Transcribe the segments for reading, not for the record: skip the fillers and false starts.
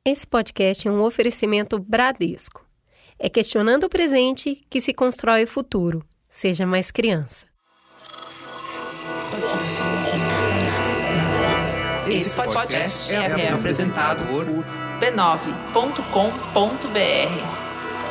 Esse podcast é um oferecimento Bradesco. É questionando o presente que se constrói o futuro. Seja mais criança. Esse podcast é apresentado por b9.com.br.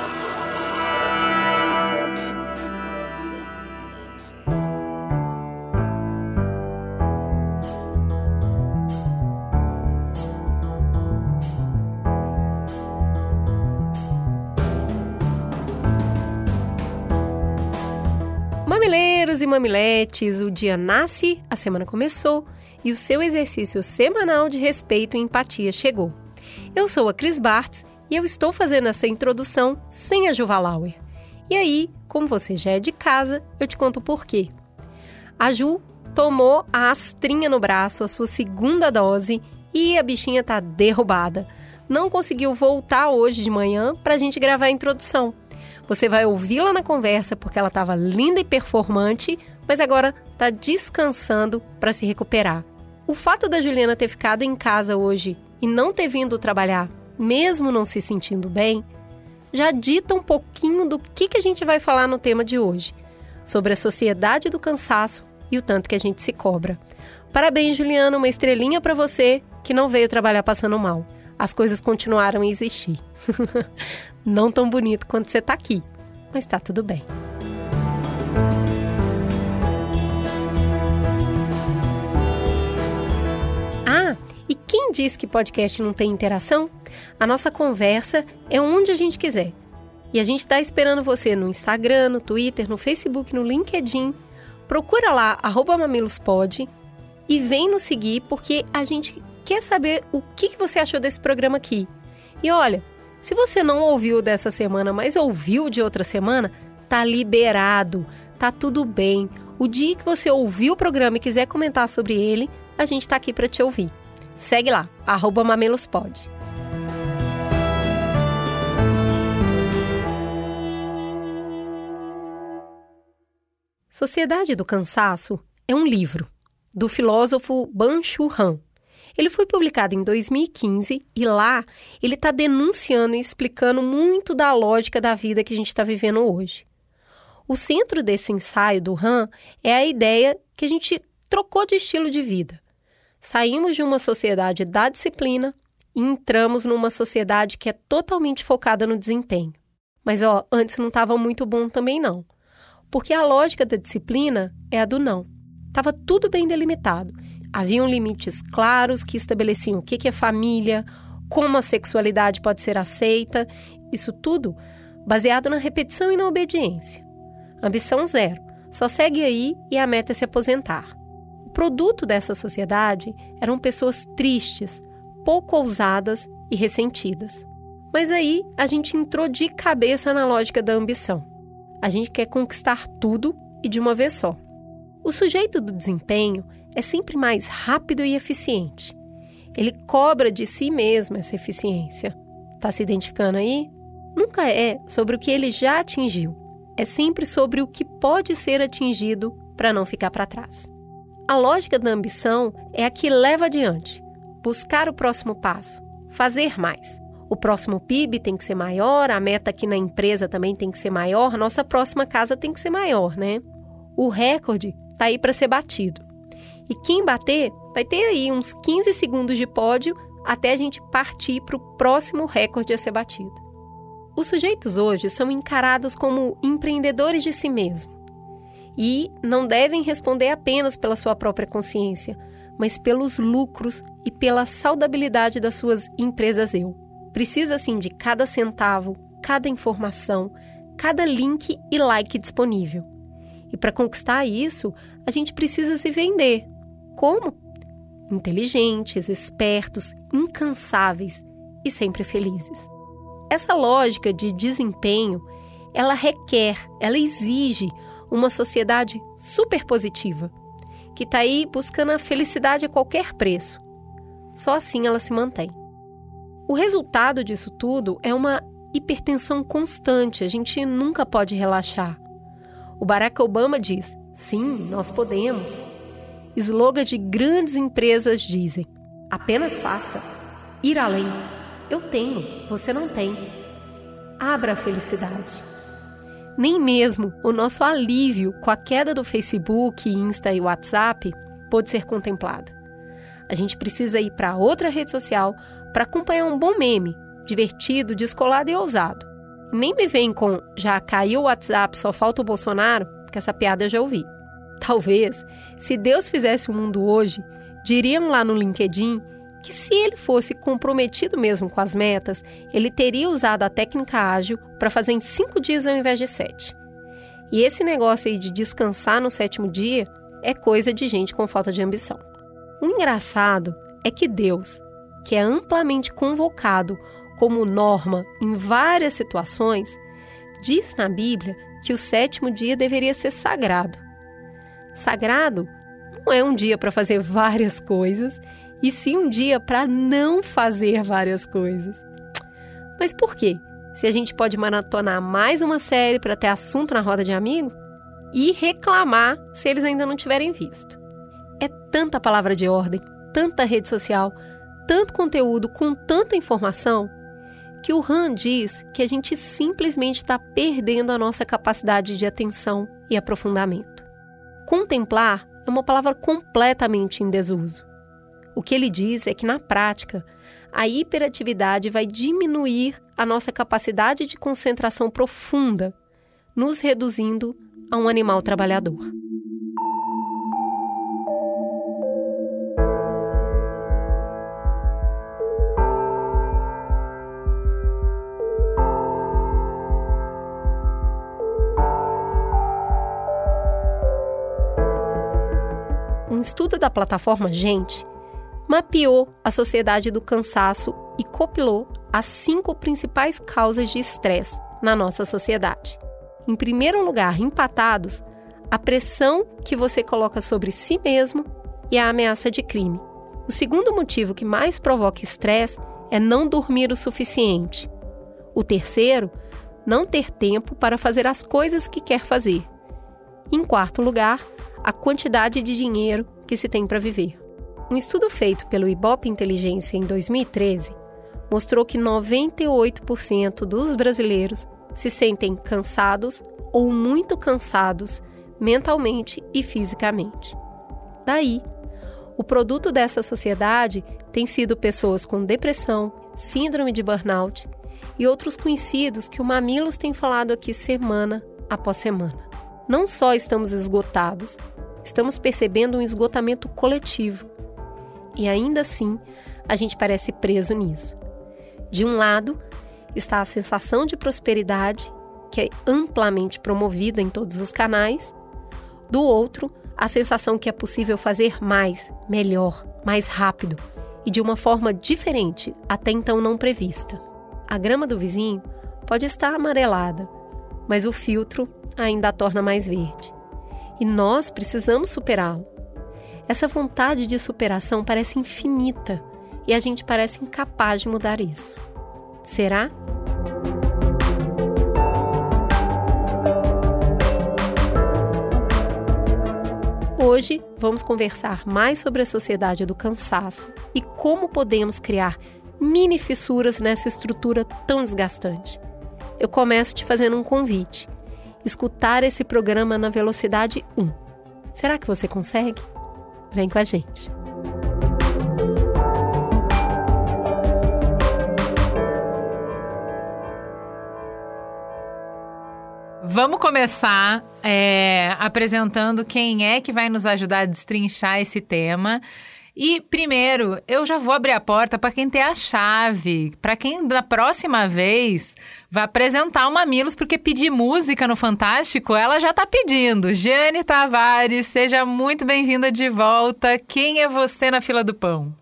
Mamileiros e mamiletes, o dia nasce, a semana começou e o seu exercício semanal de respeito e empatia chegou. Eu sou a Cris Bartz e eu estou fazendo essa introdução sem a Juva Lauer. E aí, como você já é de casa, eu te conto por quê. A Ju tomou a astrinha no braço, a sua segunda dose, e a bichinha tá derrubada. Não conseguiu voltar hoje de manhã pra gente gravar a introdução. Você vai ouvi-la na conversa porque ela estava linda e performante, mas agora está descansando para se recuperar. O fato da Juliana ter ficado em casa hoje e não ter vindo trabalhar, mesmo não se sentindo bem, já dita um pouquinho do que a gente vai falar no tema de hoje, sobre a sociedade do cansaço e o tanto que a gente se cobra. Parabéns, Juliana, uma estrelinha para você que não veio trabalhar passando mal. As coisas continuaram a existir. Não tão bonito quanto você tá aqui, mas tá tudo bem. Ah, e quem disse que podcast não tem interação? A nossa conversa é onde a gente quiser. E a gente tá esperando você no Instagram, no Twitter, no Facebook, no LinkedIn. Procura lá, @mamilospod, e vem nos seguir porque a gente quer saber o que você achou desse programa aqui. E olha, se você não ouviu dessa semana, mas ouviu de outra semana, tá liberado, tá tudo bem. O dia que você ouviu o programa e quiser comentar sobre ele, a gente tá aqui para te ouvir. Segue lá, @mamilospod. Sociedade do Cansaço é um livro do filósofo Byung-Chul Han. Ele foi publicado em 2015 e lá ele está denunciando e explicando muito da lógica da vida que a gente está vivendo hoje. O centro desse ensaio do Han é a ideia que a gente trocou de estilo de vida. Saímos de uma sociedade da disciplina e entramos numa sociedade que é totalmente focada no desempenho. Mas antes não estava muito bom também não, porque a lógica da disciplina é a do não. Estava tudo bem delimitado. Haviam limites claros que estabeleciam o que é família, como a sexualidade pode ser aceita, isso tudo baseado na repetição e na obediência. Ambição zero, só segue aí e a meta é se aposentar. O produto dessa sociedade eram pessoas tristes, pouco ousadas e ressentidas. Mas aí a gente entrou de cabeça na lógica da ambição. A gente quer conquistar tudo e de uma vez só. O sujeito do desempenho é sempre mais rápido e eficiente. Ele cobra de si mesmo essa eficiência. Tá se identificando aí? Nunca é sobre o que ele já atingiu. É sempre sobre o que pode ser atingido para não ficar para trás. A lógica da ambição é a que leva adiante. Buscar o próximo passo. Fazer mais. O próximo PIB tem que ser maior, a meta aqui na empresa também tem que ser maior, nossa próxima casa tem que ser maior, né? O recorde tá aí para ser batido. E quem bater vai ter aí uns 15 segundos de pódio até a gente partir para o próximo recorde a ser batido. Os sujeitos hoje são encarados como empreendedores de si mesmo. E não devem responder apenas pela sua própria consciência, mas pelos lucros e pela saudabilidade das suas empresas-eu. Precisa, sim, de cada centavo, cada informação, cada link e like disponível. E para conquistar isso, a gente precisa se vender. Como? Inteligentes, espertos, incansáveis e sempre felizes. Essa lógica de desempenho, ela exige uma sociedade super positiva, que está aí buscando a felicidade a qualquer preço. Só assim ela se mantém. O resultado disso tudo é uma hipertensão constante, a gente nunca pode relaxar. O Barack Obama diz, sim, nós podemos. Slogans de grandes empresas dizem, apenas faça, ir além, eu tenho, você não tem. Abra a felicidade. Nem mesmo o nosso alívio com a queda do Facebook, Insta e WhatsApp pôde ser contemplada. A gente precisa ir para outra rede social para acompanhar um bom meme, divertido, descolado e ousado. Nem me vem com já caiu o WhatsApp, só falta o Bolsonaro, que essa piada eu já ouvi. Talvez, se Deus fizesse o mundo hoje, diriam lá no LinkedIn que se ele fosse comprometido mesmo com as metas, ele teria usado a técnica ágil para fazer em 5 dias ao invés de 7. E esse negócio aí de descansar no 7º dia é coisa de gente com falta de ambição. O engraçado é que Deus, que é amplamente convocado como norma em várias situações, diz na Bíblia que o 7º dia deveria ser sagrado. Sagrado não é um dia para fazer várias coisas, e sim um dia para não fazer várias coisas. Mas por quê? Se a gente pode maratonar mais uma série para ter assunto na roda de amigo e reclamar se eles ainda não tiverem visto. É tanta palavra de ordem, tanta rede social, tanto conteúdo com tanta informação, que o Han diz que a gente simplesmente está perdendo a nossa capacidade de atenção e aprofundamento. Contemplar é uma palavra completamente em desuso. O que ele diz é que, na prática, a hiperatividade vai diminuir a nossa capacidade de concentração profunda, nos reduzindo a um animal trabalhador. Um estudo da plataforma Gente mapeou a sociedade do cansaço e compilou as 5 principais causas de estresse na nossa sociedade. Em primeiro lugar, empatados, a pressão que você coloca sobre si mesmo e a ameaça de crime. O segundo motivo que mais provoca estresse é não dormir o suficiente. O terceiro, não ter tempo para fazer as coisas que quer fazer. Em quarto lugar, a quantidade de dinheiro que se tem para viver. Um estudo feito pelo Ibope Inteligência em 2013 mostrou que 98% dos brasileiros se sentem cansados ou muito cansados mentalmente e fisicamente. Daí, o produto dessa sociedade tem sido pessoas com depressão, síndrome de burnout e outros conhecidos que o Mamilos tem falado aqui semana após semana. Não só estamos esgotados, estamos percebendo um esgotamento coletivo. E ainda assim, a gente parece preso nisso. De um lado, está a sensação de prosperidade, que é amplamente promovida em todos os canais. Do outro, a sensação que é possível fazer mais, melhor, mais rápido e de uma forma diferente, até então não prevista. A grama do vizinho pode estar amarelada, mas o filtro ainda a torna mais verde. E nós precisamos superá-lo. Essa vontade de superação parece infinita e a gente parece incapaz de mudar isso. Será? Hoje vamos conversar mais sobre a sociedade do cansaço e como podemos criar mini fissuras nessa estrutura tão desgastante. Eu começo te fazendo um convite: escutar esse programa na velocidade 1. Será que você consegue? Vem com a gente. Vamos começar apresentando quem é que vai nos ajudar a destrinchar esse tema. E, primeiro, eu já vou abrir a porta para quem tem a chave, para quem da próxima vez vai apresentar o Mamilos, porque pedir música no Fantástico, ela já está pedindo. Jeane Tavares, seja muito bem-vinda de volta. Quem é você na fila do pão?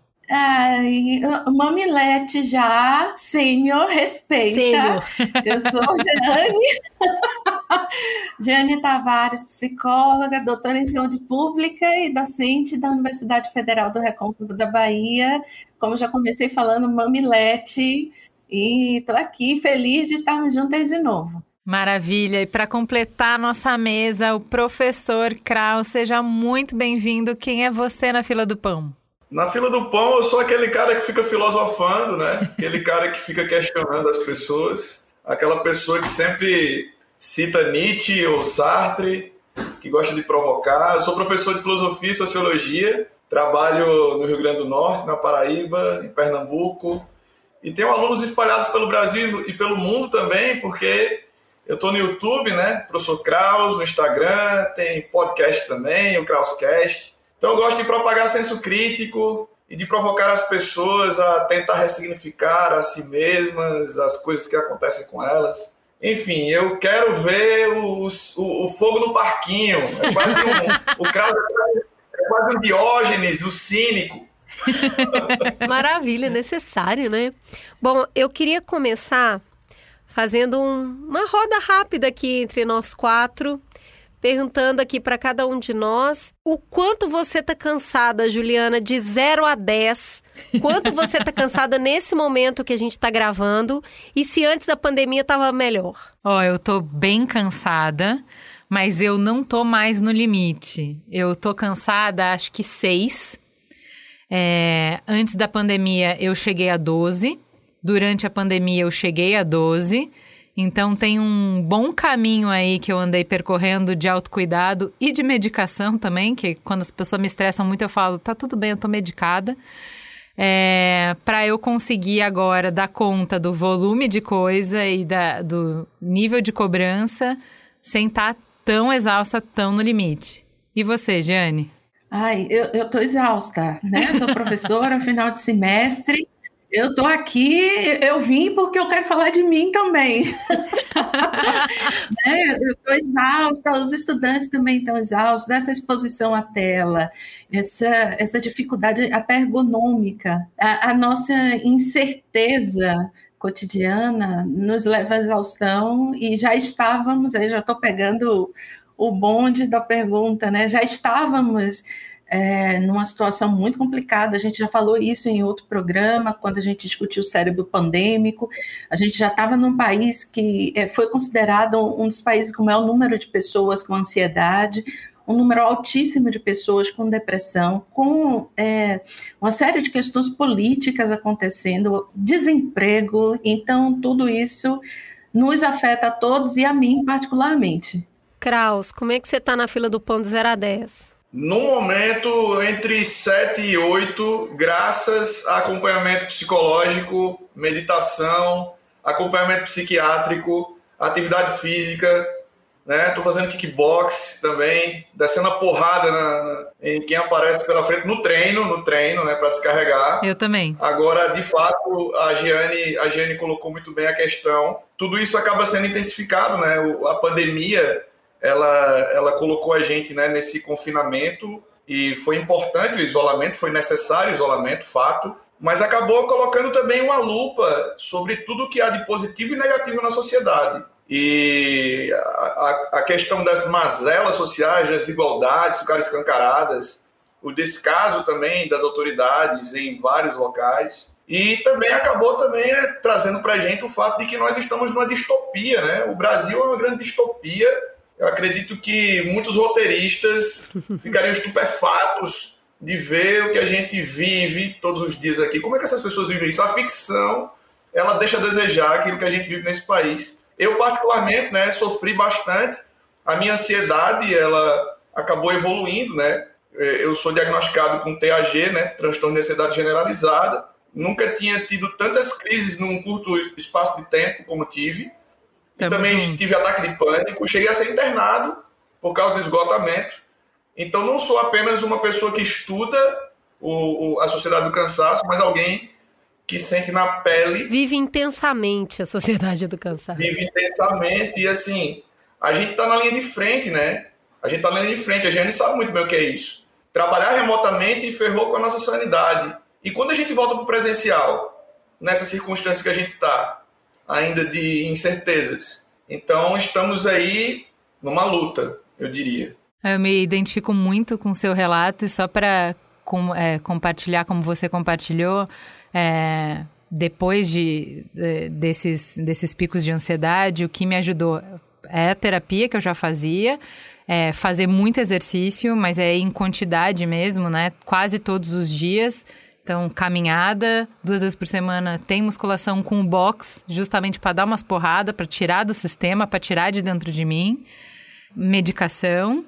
Mamilete já, sênior, respeita. Sênior. Eu sou Jeane Tavares, psicóloga, doutora em saúde pública e docente da Universidade Federal do Recôncavo da Bahia. Como já comecei falando, Mamilete, e estou aqui feliz de estarmos juntas de novo. Maravilha! E para completar a nossa mesa, o professor Krau, seja muito bem-vindo. Quem é você na fila do pão? Na fila do pão, eu sou aquele cara que fica filosofando, né? Aquele cara que fica questionando as pessoas. Aquela pessoa que sempre cita Nietzsche ou Sartre, que gosta de provocar. Eu sou professor de filosofia e sociologia. Trabalho no Rio Grande do Norte, na Paraíba, em Pernambuco. E tenho alunos espalhados pelo Brasil e pelo mundo também, porque eu estou no YouTube, né? Professor Kraus, no Instagram, tem podcast também, o Krauscast. Então eu gosto de propagar senso crítico e de provocar as pessoas a tentar ressignificar a si mesmas, as coisas que acontecem com elas. Enfim, eu quero ver o fogo no parquinho. É quase o Kraus é quase um Diógenes, o cínico. Maravilha, necessário, né? Bom, eu queria começar fazendo uma roda rápida aqui entre nós 4, perguntando aqui para cada um de nós o quanto você tá cansada, Juliana, de 0 a 10. Quanto você tá cansada nesse momento que a gente tá gravando e se antes da pandemia tava melhor? Eu tô bem cansada, mas eu não tô mais no limite. Eu tô cansada, acho que 6. Antes da pandemia eu cheguei a 12. Durante a pandemia eu cheguei a 12. Então tem um bom caminho aí que eu andei percorrendo de autocuidado e de medicação também, que quando as pessoas me estressam muito eu falo, tá tudo bem, eu tô medicada. Para eu conseguir agora dar conta do volume de coisa e do nível de cobrança sem estar tão exausta, tão no limite. E você, Jeane? Ai, eu tô exausta, né? Sou professora, final de semestre. Eu tô aqui, eu vim porque eu quero falar de mim também. Né? Eu tô exausta, os estudantes também estão exaustos, dessa exposição à tela, essa dificuldade até ergonômica, a nossa incerteza cotidiana nos leva à exaustão e já estávamos, aí já estou pegando o bonde da pergunta, né? Já estávamos numa situação muito complicada, a gente já falou isso em outro programa, quando a gente discutiu o cérebro pandêmico, a gente já estava num país que foi considerado um dos países com o maior número de pessoas com ansiedade, um número altíssimo de pessoas com depressão, com uma série de questões políticas acontecendo, desemprego, então tudo isso nos afeta a todos e a mim particularmente. Kraus, como é que você está na fila do pão de 0 a 10? No momento, entre 7 e 8, graças a acompanhamento psicológico, meditação, acompanhamento psiquiátrico, atividade física, né? Tô fazendo kickbox também, descendo a porrada em quem aparece pela frente no treino, né? Para descarregar. Eu também. Agora, de fato, a Giane colocou muito bem a questão. Tudo isso acaba sendo intensificado, né? A pandemia... Ela colocou a gente, né, nesse confinamento e foi importante o isolamento, foi necessário o isolamento, fato, mas acabou colocando também uma lupa sobre tudo que há de positivo e negativo na sociedade. E a questão das mazelas sociais, das desigualdades ficaram escancaradas, o descaso também das autoridades em vários locais. E também acabou trazendo para a gente o fato de que nós estamos numa distopia, né? O Brasil é uma grande distopia. Eu acredito que muitos roteiristas ficariam estupefatos de ver o que a gente vive todos os dias aqui. Como é que essas pessoas vivem isso? A ficção, ela deixa a desejar aquilo que a gente vive nesse país. Eu, particularmente, né, sofri bastante. A minha ansiedade, ela acabou evoluindo, né? Eu sou diagnosticado com TAG, né, transtorno de ansiedade generalizada. Nunca tinha tido tantas crises num curto espaço de tempo como tive. E também tive ataque de pânico, cheguei a ser internado por causa do esgotamento. Então não sou apenas uma pessoa que estuda a sociedade do cansaço, mas alguém que sente na pele... Vive intensamente a sociedade do cansaço. Vive intensamente e assim, a gente está na linha de frente, né? A gente está na linha de frente, a gente sabe muito bem o que é isso. Trabalhar remotamente ferrou com a nossa sanidade. E quando a gente volta para o presencial, nessa circunstância que a gente está, ainda de incertezas. Então, estamos aí numa luta, eu diria. Eu me identifico muito com o seu relato e só para compartilhar como você compartilhou, depois desses picos de ansiedade, o que me ajudou é a terapia que eu já fazia, fazer muito exercício, mas é em quantidade mesmo, né? Quase todos os dias. Então, caminhada, 2 vezes por semana tem musculação com box, justamente para dar umas porradas, para tirar do sistema, para tirar de dentro de mim. Medicação.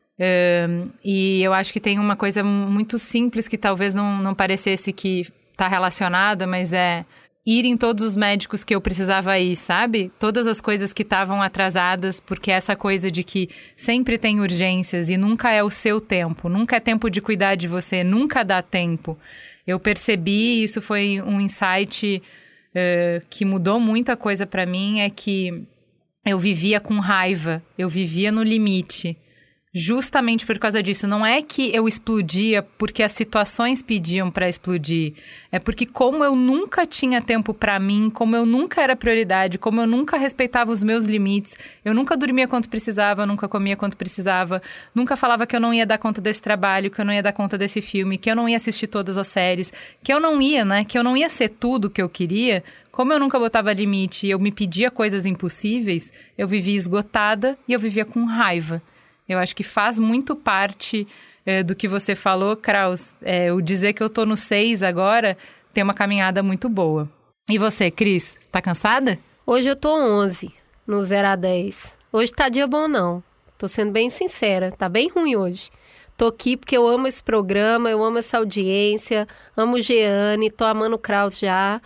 E eu acho que tem uma coisa muito simples que talvez não parecesse que está relacionada, mas é ir em todos os médicos que eu precisava ir, sabe? Todas as coisas que estavam atrasadas, porque essa coisa de que sempre tem urgências e nunca é o seu tempo, nunca é tempo de cuidar de você, nunca dá tempo. Eu percebi, isso foi um insight que mudou muita coisa para mim, é que eu vivia com raiva, eu vivia no limite. Justamente por causa disso. Não é que eu explodia porque as situações pediam para explodir. É porque como eu nunca tinha tempo para mim, como eu nunca era prioridade, como eu nunca respeitava os meus limites, eu nunca dormia quanto precisava, nunca comia quanto precisava, nunca falava que eu não ia dar conta desse trabalho, que eu não ia dar conta desse filme, que eu não ia assistir todas as séries, que eu não ia, né? Que eu não ia ser tudo o que eu queria. Como eu nunca botava limite e eu me pedia coisas impossíveis, eu vivia esgotada e eu vivia com raiva. Eu acho que faz muito parte do que você falou, Kraus. O dizer que eu tô no 6 agora tem uma caminhada muito boa. E você, Cris, tá cansada? Hoje eu tô 11, no 0 a 10. Hoje tá dia bom não, tô sendo bem sincera, tá bem ruim hoje. Tô aqui porque eu amo esse programa, eu amo essa audiência, amo o Jeane, tô amando o Kraus já,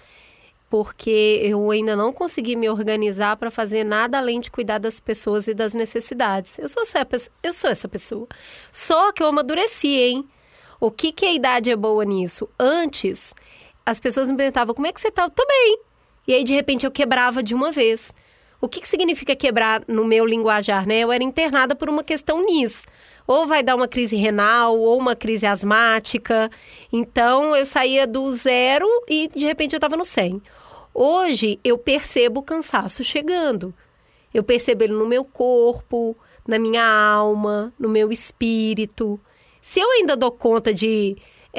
porque eu ainda não consegui me organizar para fazer nada além de cuidar das pessoas e das necessidades. Eu sou essa pessoa. Só que eu amadureci, hein? O que a idade é boa nisso? Antes, as pessoas me perguntavam, como é que você tá? Eu tô bem. E aí, de repente, eu quebrava de uma vez. O que significa quebrar no meu linguajar, né? Eu era internada por uma questão NIS. Ou vai dar uma crise renal, ou uma crise asmática. Então, eu saía do 0 e, de repente, eu estava no 100. Hoje, eu percebo o cansaço chegando. Eu percebo ele no meu corpo, na minha alma, no meu espírito. Se eu ainda dou conta de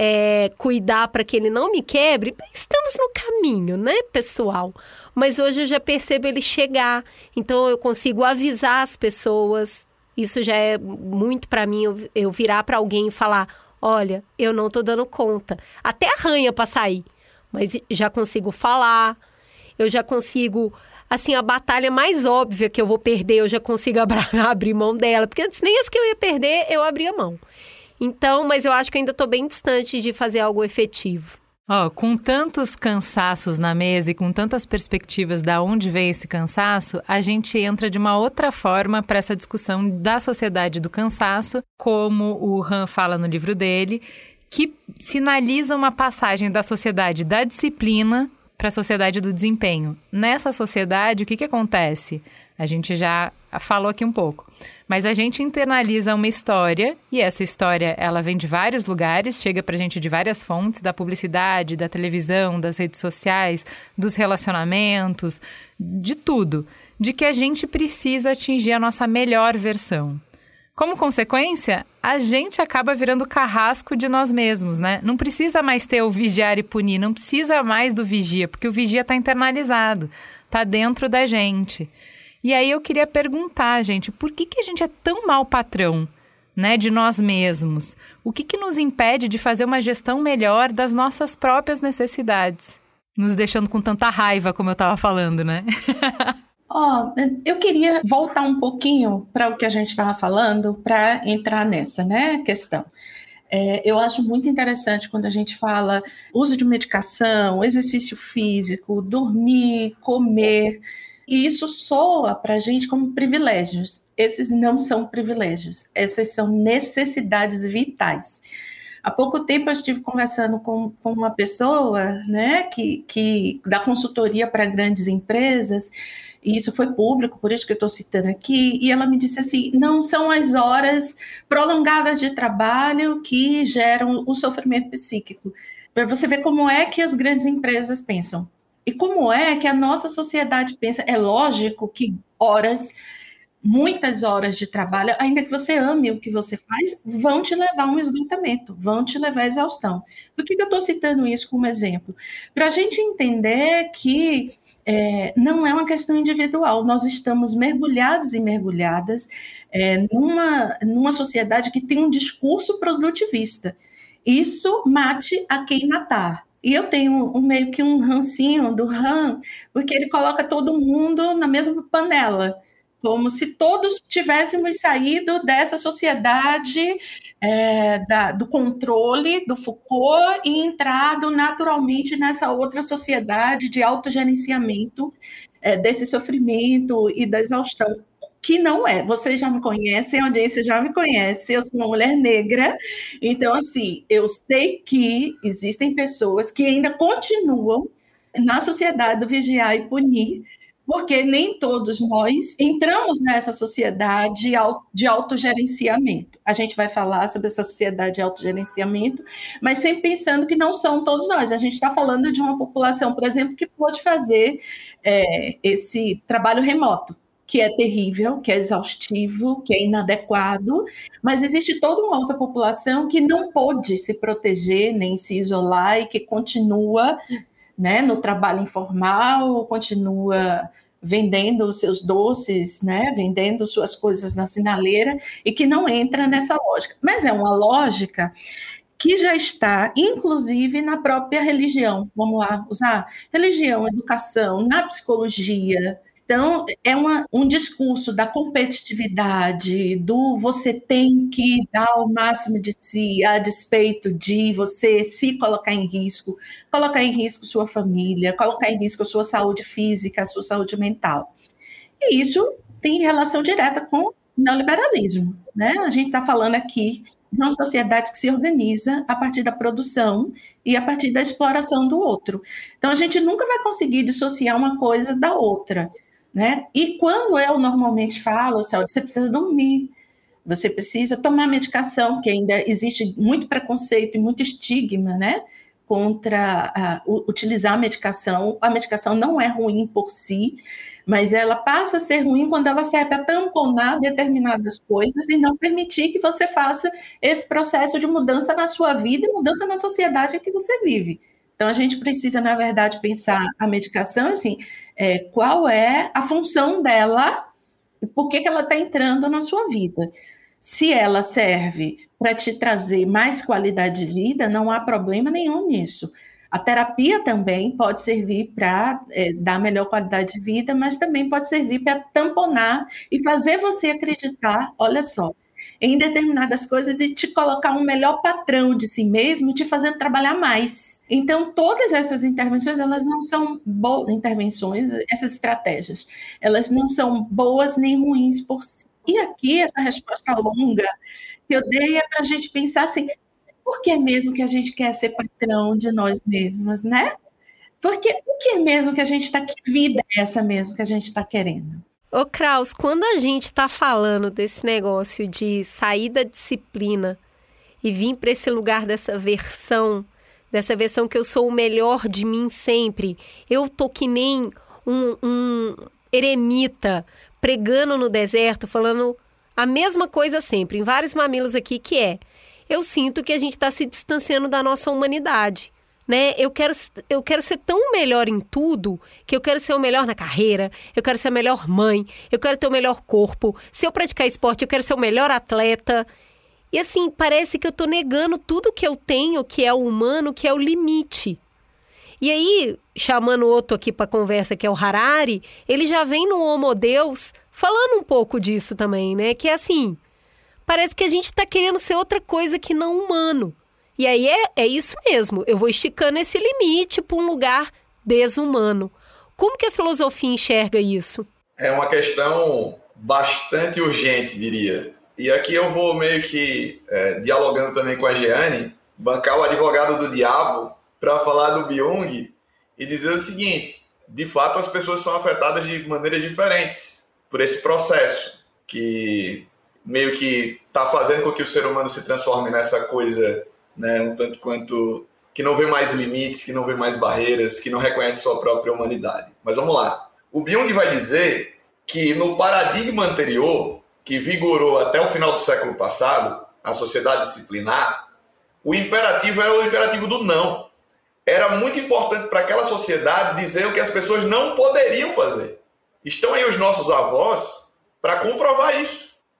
cuidar para que ele não me quebre, estamos no caminho, né, pessoal? Mas hoje eu já percebo ele chegar. Então, eu consigo avisar as pessoas. Isso já é muito para mim, eu virar para alguém e falar, olha, eu não tô dando conta. Até arranha para sair, mas já consigo falar, eu já consigo, assim, a batalha mais óbvia que eu vou perder, eu já consigo abrir mão dela, porque antes nem as que eu ia perder, eu abria mão. Então, mas eu acho que ainda tô bem distante de fazer algo efetivo. Com tantos cansaços na mesa e com tantas perspectivas da onde vem esse cansaço, a gente entra de uma outra forma para essa discussão da sociedade do cansaço, como o Han fala no livro dele, que sinaliza uma passagem da sociedade da disciplina para a sociedade do desempenho. Nessa sociedade, o que acontece? A gente já falou aqui um pouco. Mas a gente internaliza uma história, e essa história ela vem de vários lugares, chega pra gente de várias fontes, da publicidade, da televisão, das redes sociais, dos relacionamentos, de tudo. De que a gente precisa atingir a nossa melhor versão. Como consequência, a gente acaba virando carrasco de nós mesmos, né? Não precisa mais ter o vigiar e punir, não precisa mais do vigia, porque o vigia está internalizado, está dentro da gente. E aí eu queria perguntar, gente, por que a gente é tão mau patrão, né, de nós mesmos? O que nos impede de fazer uma gestão melhor das nossas próprias necessidades? Nos deixando com tanta raiva, como eu estava falando, né? Eu queria voltar um pouquinho para o que a gente estava falando, para entrar nessa, né, questão. Eu acho muito interessante quando a gente fala uso de medicação, exercício físico, dormir, comer, e isso soa para a gente como privilégios. Esses não são privilégios, essas são necessidades vitais. Há pouco tempo eu estive conversando com uma pessoa, né, que dá consultoria para grandes empresas, e isso foi público, por isso que eu estou citando aqui, e ela me disse assim, não são as horas prolongadas de trabalho que geram o sofrimento psíquico. Para você ver como é que as grandes empresas pensam. E como é que a nossa sociedade pensa. É lógico que muitas horas de trabalho, ainda que você ame o que você faz, vão te levar a um esgotamento, vão te levar à exaustão. Por que eu estou citando isso como exemplo? Para a gente entender que não é uma questão individual, nós estamos mergulhados e mergulhadas numa sociedade que tem um discurso produtivista. Isso mate a quem matar. E eu tenho meio que um rancinho do Han, porque ele coloca todo mundo na mesma panela, como se todos tivéssemos saído dessa sociedade do controle do Foucault e entrado naturalmente nessa outra sociedade de autogerenciamento desse sofrimento e da exaustão, que não é. Vocês já me conhecem, a audiência já me conhece, eu sou uma mulher negra, então, assim, eu sei que existem pessoas que ainda continuam na sociedade do vigiar e punir, porque nem todos nós entramos nessa sociedade de autogerenciamento. A gente vai falar sobre essa sociedade de autogerenciamento, mas sempre pensando que não são todos nós. A gente está falando de uma população, por exemplo, que pode fazer esse trabalho remoto, que é terrível, que é exaustivo, que é inadequado, mas existe toda uma outra população que não pôde se proteger, nem se isolar e que continua, né, no trabalho informal, continua vendendo os seus doces, né, vendendo suas coisas na sinaleira e que não entra nessa lógica. Mas é uma lógica que já está, inclusive, na própria religião. Vamos lá, usar religião, educação, na psicologia. Então, é um discurso da competitividade, do você tem que dar o máximo de si, a despeito de você se colocar em risco sua família, colocar em risco a sua saúde física, a sua saúde mental. E isso tem relação direta com o neoliberalismo, né? A gente está falando aqui de uma sociedade que se organiza a partir da produção e a partir da exploração do outro. Então, a gente nunca vai conseguir dissociar uma coisa da outra, né? E quando eu normalmente falo, você precisa dormir, você precisa tomar medicação, que ainda existe muito preconceito e muito estigma, né, contra utilizar a medicação. A medicação não é ruim por si, mas ela passa a ser ruim quando ela serve para tamponar determinadas coisas e não permitir que você faça esse processo de mudança na sua vida e mudança na sociedade em que você vive. Então, a gente precisa, na verdade, pensar a medicação, assim, qual é a função dela e por que ela está entrando na sua vida. Se ela serve para te trazer mais qualidade de vida, não há problema nenhum nisso. A terapia também pode servir para dar melhor qualidade de vida, mas também pode servir para tamponar e fazer você acreditar, olha só, em determinadas coisas e te colocar um melhor patrão de si mesmo, te fazendo trabalhar mais. Então, todas essas intervenções, elas não são boas intervenções, essas estratégias, elas não são boas nem ruins por si. E aqui, essa resposta longa que eu dei é para a gente pensar assim, por que mesmo que a gente quer ser patrão de nós mesmas, né? Porque o que é mesmo que a gente está, que vida é essa mesmo que a gente está querendo? Ô Kraus, quando a gente está falando desse negócio de sair da disciplina e vir para esse lugar dessa versão que eu sou o melhor de mim sempre, eu tô que nem um eremita pregando no deserto, falando a mesma coisa sempre, em vários mamilos aqui, que eu sinto que a gente está se distanciando da nossa humanidade, né? Eu quero ser tão melhor em tudo, que eu quero ser o melhor na carreira, eu quero ser a melhor mãe, eu quero ter o melhor corpo, se eu praticar esporte, eu quero ser o melhor atleta. E assim, parece que eu tô negando tudo que eu tenho, que é o humano, que é o limite. E aí, chamando outro aqui para conversa, que é o Harari, ele já vem no Homo Deus falando um pouco disso também, né? Que é assim, parece que a gente tá querendo ser outra coisa que não humano. E aí é isso mesmo, eu vou esticando esse limite para um lugar desumano. Como que a filosofia enxerga isso? É uma questão bastante urgente, diria. E aqui eu vou meio que, dialogando também com a Jeane, bancar o advogado do diabo para falar do Byung e dizer o seguinte, de fato as pessoas são afetadas de maneiras diferentes por esse processo, que meio que está fazendo com que o ser humano se transforme nessa coisa, né, um tanto quanto que não vê mais limites, que não vê mais barreiras, que não reconhece sua própria humanidade. Mas vamos lá. O Byung vai dizer que no paradigma anterior, que vigorou até o final do século passado, a sociedade disciplinar, o imperativo era o imperativo do não. Era muito importante para aquela sociedade dizer o que as pessoas não poderiam fazer. Estão aí os nossos avós para comprovar isso.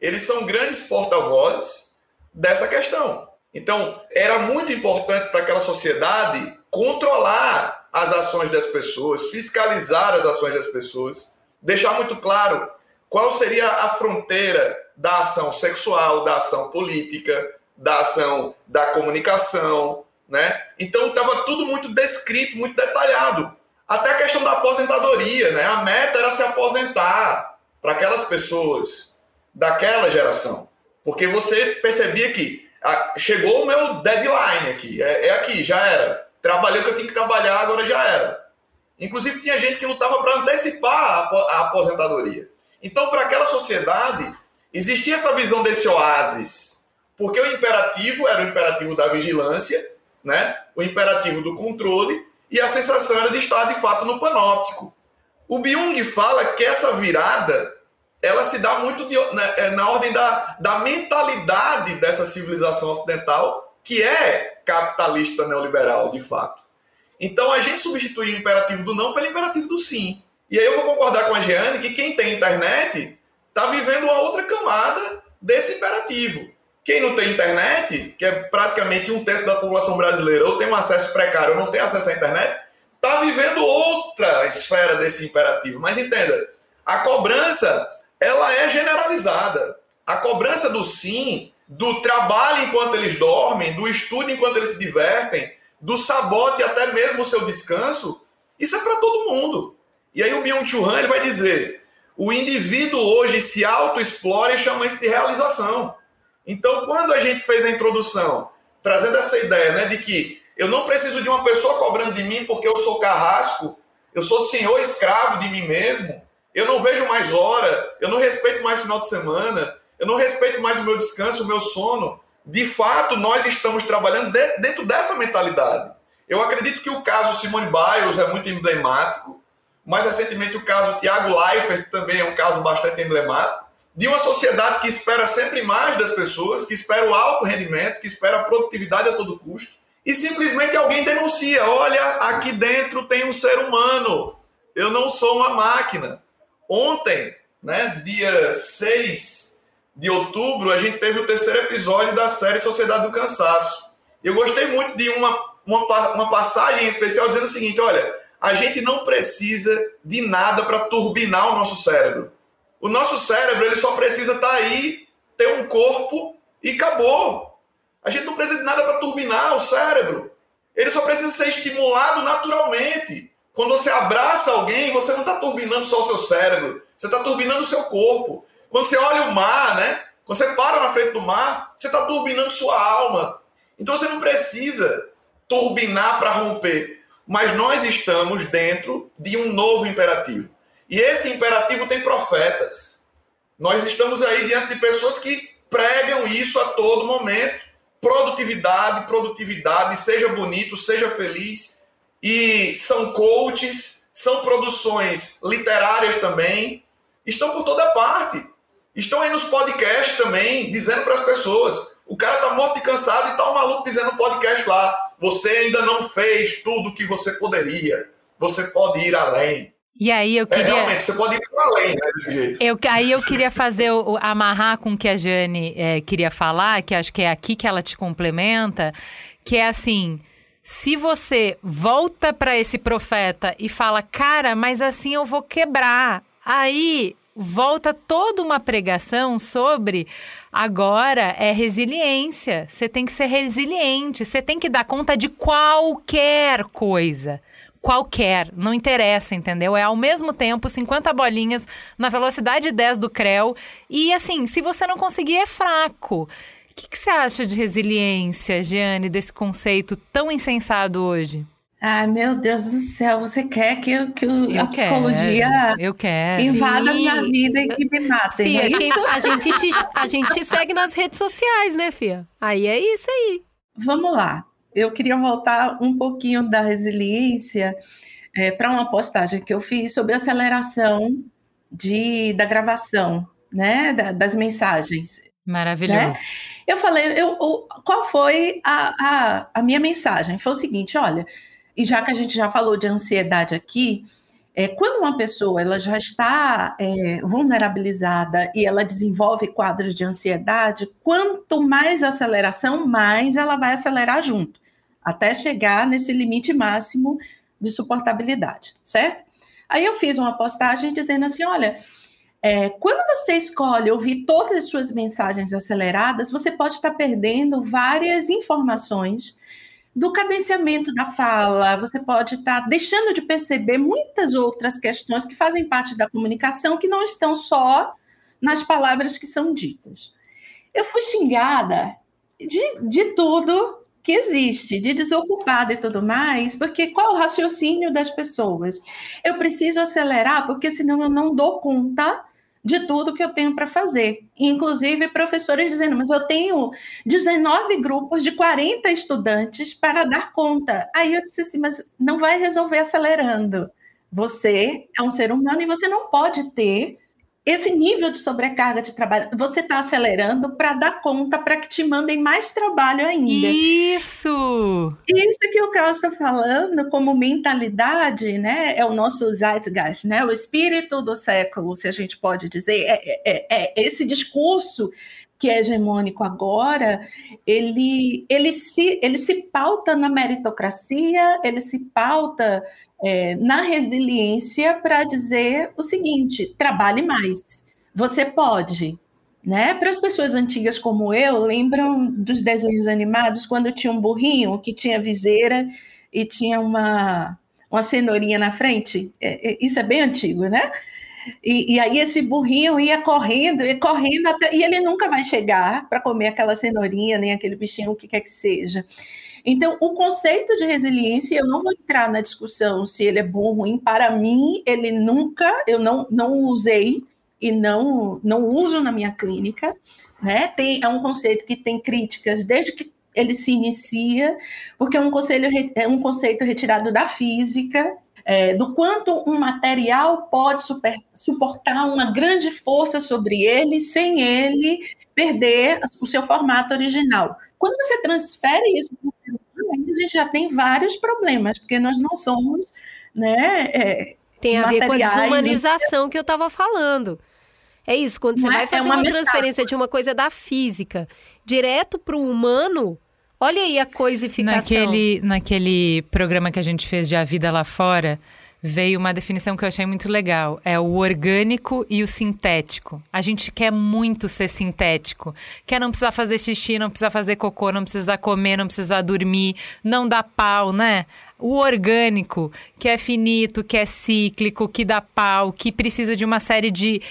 eles são grandes porta-vozes dessa questão. Então, era muito importante para aquela sociedade controlar as ações das pessoas, fiscalizar as ações das pessoas, deixar muito claro qual seria a fronteira da ação sexual, da ação política, da ação da comunicação, né? Então, estava tudo muito descrito, muito detalhado. Até a questão da aposentadoria, né? A meta era se aposentar para aquelas pessoas daquela geração. Porque você percebia que chegou o meu deadline aqui, aqui, já era. Trabalhei o que eu tinha que trabalhar, agora já era. Inclusive, tinha gente que lutava para antecipar a aposentadoria. Então, para aquela sociedade, existia essa visão desse oásis. Porque o imperativo era o imperativo da vigilância, né? O imperativo do controle, e a sensação era de estar, de fato, no panóptico. O Byung fala que essa virada, ela se dá muito na ordem da mentalidade dessa civilização ocidental, que é capitalista neoliberal, de fato. Então, a gente substitui o imperativo do não pelo imperativo do sim. E aí eu vou concordar com a Jeane que quem tem internet está vivendo uma outra camada desse imperativo. Quem não tem internet, que é praticamente 1/3 da população brasileira, ou tem um acesso precário ou não tem acesso à internet, está vivendo outra esfera desse imperativo. Mas entenda, a cobrança, ela é generalizada. A cobrança do sim, do trabalho enquanto eles dormem, do estudo enquanto eles se divertem, do sabote até mesmo o seu descanso, isso é para todo mundo. E aí o Byung-Chul Han, ele vai dizer, o indivíduo hoje se autoexplora e chama isso de realização. Então, quando a gente fez a introdução, trazendo essa ideia, né, de que eu não preciso de uma pessoa cobrando de mim porque eu sou carrasco, eu sou senhor escravo de mim mesmo, eu não vejo mais hora, eu não respeito mais final de semana, eu não respeito mais o meu descanso, o meu sono. De fato, nós estamos trabalhando dentro dessa mentalidade. Eu acredito que o caso Simone Biles é muito emblemático. Mais recentemente, o caso Thiago Leifert também é um caso bastante emblemático. De uma sociedade que espera sempre mais das pessoas, que espera o alto rendimento, que espera a produtividade a todo custo. E simplesmente alguém denuncia, olha, aqui dentro tem um ser humano. Eu não sou uma máquina. Ontem, né, dia 6 de outubro, a gente teve o 3º episódio da série Sociedade do Cansaço. Eu gostei muito de uma passagem especial dizendo o seguinte, olha, a gente não precisa de nada para turbinar o nosso cérebro. O nosso cérebro, ele só precisa estar aí, ter um corpo e acabou. A gente não precisa de nada para turbinar o cérebro. Ele só precisa ser estimulado naturalmente. Quando você abraça alguém, você não está turbinando só o seu cérebro, você está turbinando o seu corpo. Quando você olha o mar, né? Quando você para na frente do mar, você está turbinando sua alma. Então você não precisa turbinar para romper. Mas nós estamos dentro de um novo imperativo. E esse imperativo tem profetas. Nós estamos aí diante de pessoas que pregam isso a todo momento. Produtividade, produtividade, seja bonito, seja feliz. E são coaches, são produções literárias também. Estão por toda parte. Estão aí nos podcasts também, dizendo para as pessoas, o cara tá morto de cansado e tá um maluco dizendo no podcast lá, você ainda não fez tudo o que você poderia, você pode ir além. E aí eu queria... realmente, você pode ir para além, né, desse jeito. Aí eu queria amarrar com o que a Jeane queria falar, que acho que é aqui que ela te complementa, que é assim, se você volta para esse profeta e fala, cara, mas assim eu vou quebrar, aí... volta toda uma pregação sobre agora é resiliência. Você tem que ser resiliente, você tem que dar conta de qualquer coisa. Qualquer, não interessa, entendeu? É ao mesmo tempo 50 bolinhas na velocidade 10 do Creu. E assim, se você não conseguir, é fraco. O que você acha de resiliência, Jeane, desse conceito tão insensado hoje? Ai, meu Deus do céu, você quer que a psicologia invada a minha vida e que me matem, Fia, né? a gente segue nas redes sociais, né, Fia? Aí é isso aí. Vamos lá. Eu queria voltar um pouquinho da resiliência para uma postagem que eu fiz sobre a aceleração da gravação, né, das mensagens. Maravilhoso. Né? Eu falei, qual foi a minha mensagem? Foi o seguinte, olha... E já que a gente já falou de ansiedade aqui, Quando uma pessoa ela já está vulnerabilizada e ela desenvolve quadros de ansiedade, quanto mais aceleração, mais ela vai acelerar junto, até chegar nesse limite máximo de suportabilidade, certo? Aí eu fiz uma postagem dizendo assim, olha, quando você escolhe ouvir todas as suas mensagens aceleradas, você pode estar perdendo várias informações do cadenciamento da fala, você pode estar deixando de perceber muitas outras questões que fazem parte da comunicação, que não estão só nas palavras que são ditas. Eu fui xingada de tudo que existe, de desocupada e tudo mais, porque qual é o raciocínio das pessoas? Eu preciso acelerar, porque senão eu não dou conta de tudo que eu tenho para fazer. Inclusive, professores dizendo, mas eu tenho 19 grupos de 40 estudantes para dar conta. Aí eu disse assim, mas não vai resolver acelerando. Você é um ser humano e você não pode ter esse nível de sobrecarga de trabalho. Você está acelerando para dar conta, para que te mandem mais trabalho ainda. Isso! Isso que o Krauss está falando como mentalidade, né? É o nosso zeitgeist, né? O espírito do século, se a gente pode dizer. Esse discurso que é hegemônico agora, ele se pauta na meritocracia, ele se pauta na resiliência para dizer o seguinte, trabalhe mais, você pode, né? Para as pessoas antigas como eu, lembram dos desenhos animados, quando tinha um burrinho que tinha viseira e tinha uma cenourinha na frente? Isso é bem antigo, né? E aí esse burrinho ia correndo, e ele nunca vai chegar para comer aquela cenourinha, nem aquele bichinho, o que quer que seja. Então, o conceito de resiliência, eu não vou entrar na discussão se ele é bom ou ruim. Para mim, eu não usei e não uso na minha clínica, né? É um conceito que tem críticas desde que ele se inicia, porque é um conceito retirado da física, do quanto um material pode suportar uma grande força sobre ele, sem ele perder o seu formato original. Quando você transfere isso para o ser humano, a gente já tem vários problemas, porque nós não somos, né, tem a ver com a desumanização que eu estava falando. É isso, quando você vai fazer uma transferência de uma coisa da física direto para o humano, olha aí a coisificação. Naquele programa que a gente fez de A Vida Lá Fora, veio uma definição que eu achei muito legal. É o orgânico e o sintético. A gente quer muito ser sintético. Quer não precisar fazer xixi, não precisar fazer cocô, não precisar comer, não precisar dormir, não dá pau, né? O orgânico, que é finito, que é cíclico, que dá pau, que precisa de uma série de...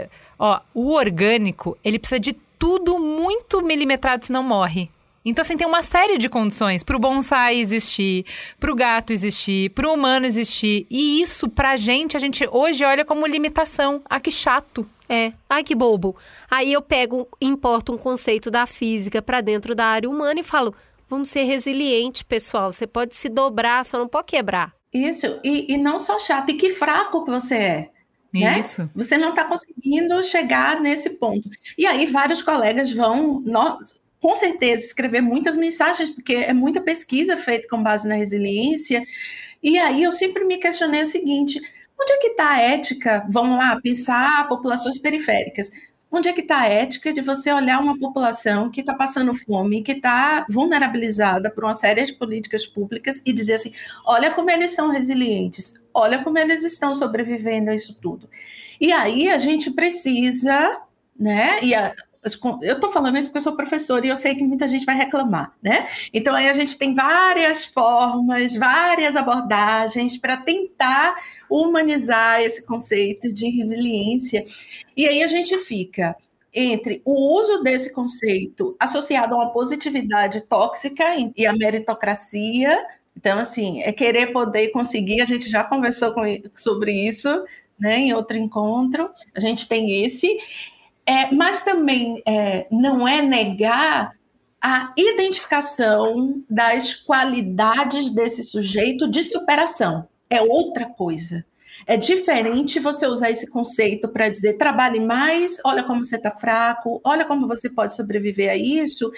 o orgânico, ele precisa de tudo muito milimetrado, senão morre. Então, assim, tem uma série de condições para o bonsai existir, para o gato existir, para o humano existir. E isso, pra gente, a gente hoje olha como limitação. Ah, que chato. Ai, que bobo. Aí eu importo um conceito da física para dentro da área humana e falo, vamos ser resilientes, pessoal. Você pode se dobrar, só não pode quebrar. Isso, e não só chato, e que fraco que você é. Isso. Né? Você não está conseguindo chegar nesse ponto. E aí vários colegas vão... com certeza, escrever muitas mensagens, porque é muita pesquisa feita com base na resiliência. E aí eu sempre me questionei o seguinte, onde é que está a ética? Vamos lá, pensar populações periféricas. Onde é que está a ética de você olhar uma população que está passando fome, que está vulnerabilizada por uma série de políticas públicas e dizer assim, olha como eles são resilientes, olha como eles estão sobrevivendo a isso tudo. E aí a gente precisa, né, eu estou falando isso porque eu sou professora e eu sei que muita gente vai reclamar, né? Então, aí a gente tem várias formas, várias abordagens para tentar humanizar esse conceito de resiliência. E aí a gente fica entre o uso desse conceito associado a uma positividade tóxica e a meritocracia. Então, assim, é querer poder conseguir, a gente já conversou sobre isso, né, em outro encontro. A gente tem esse... mas também não é negar a identificação das qualidades desse sujeito de superação. É outra coisa. É diferente você usar esse conceito para dizer trabalhe mais, olha como você está fraco, olha como você pode sobreviver a isso,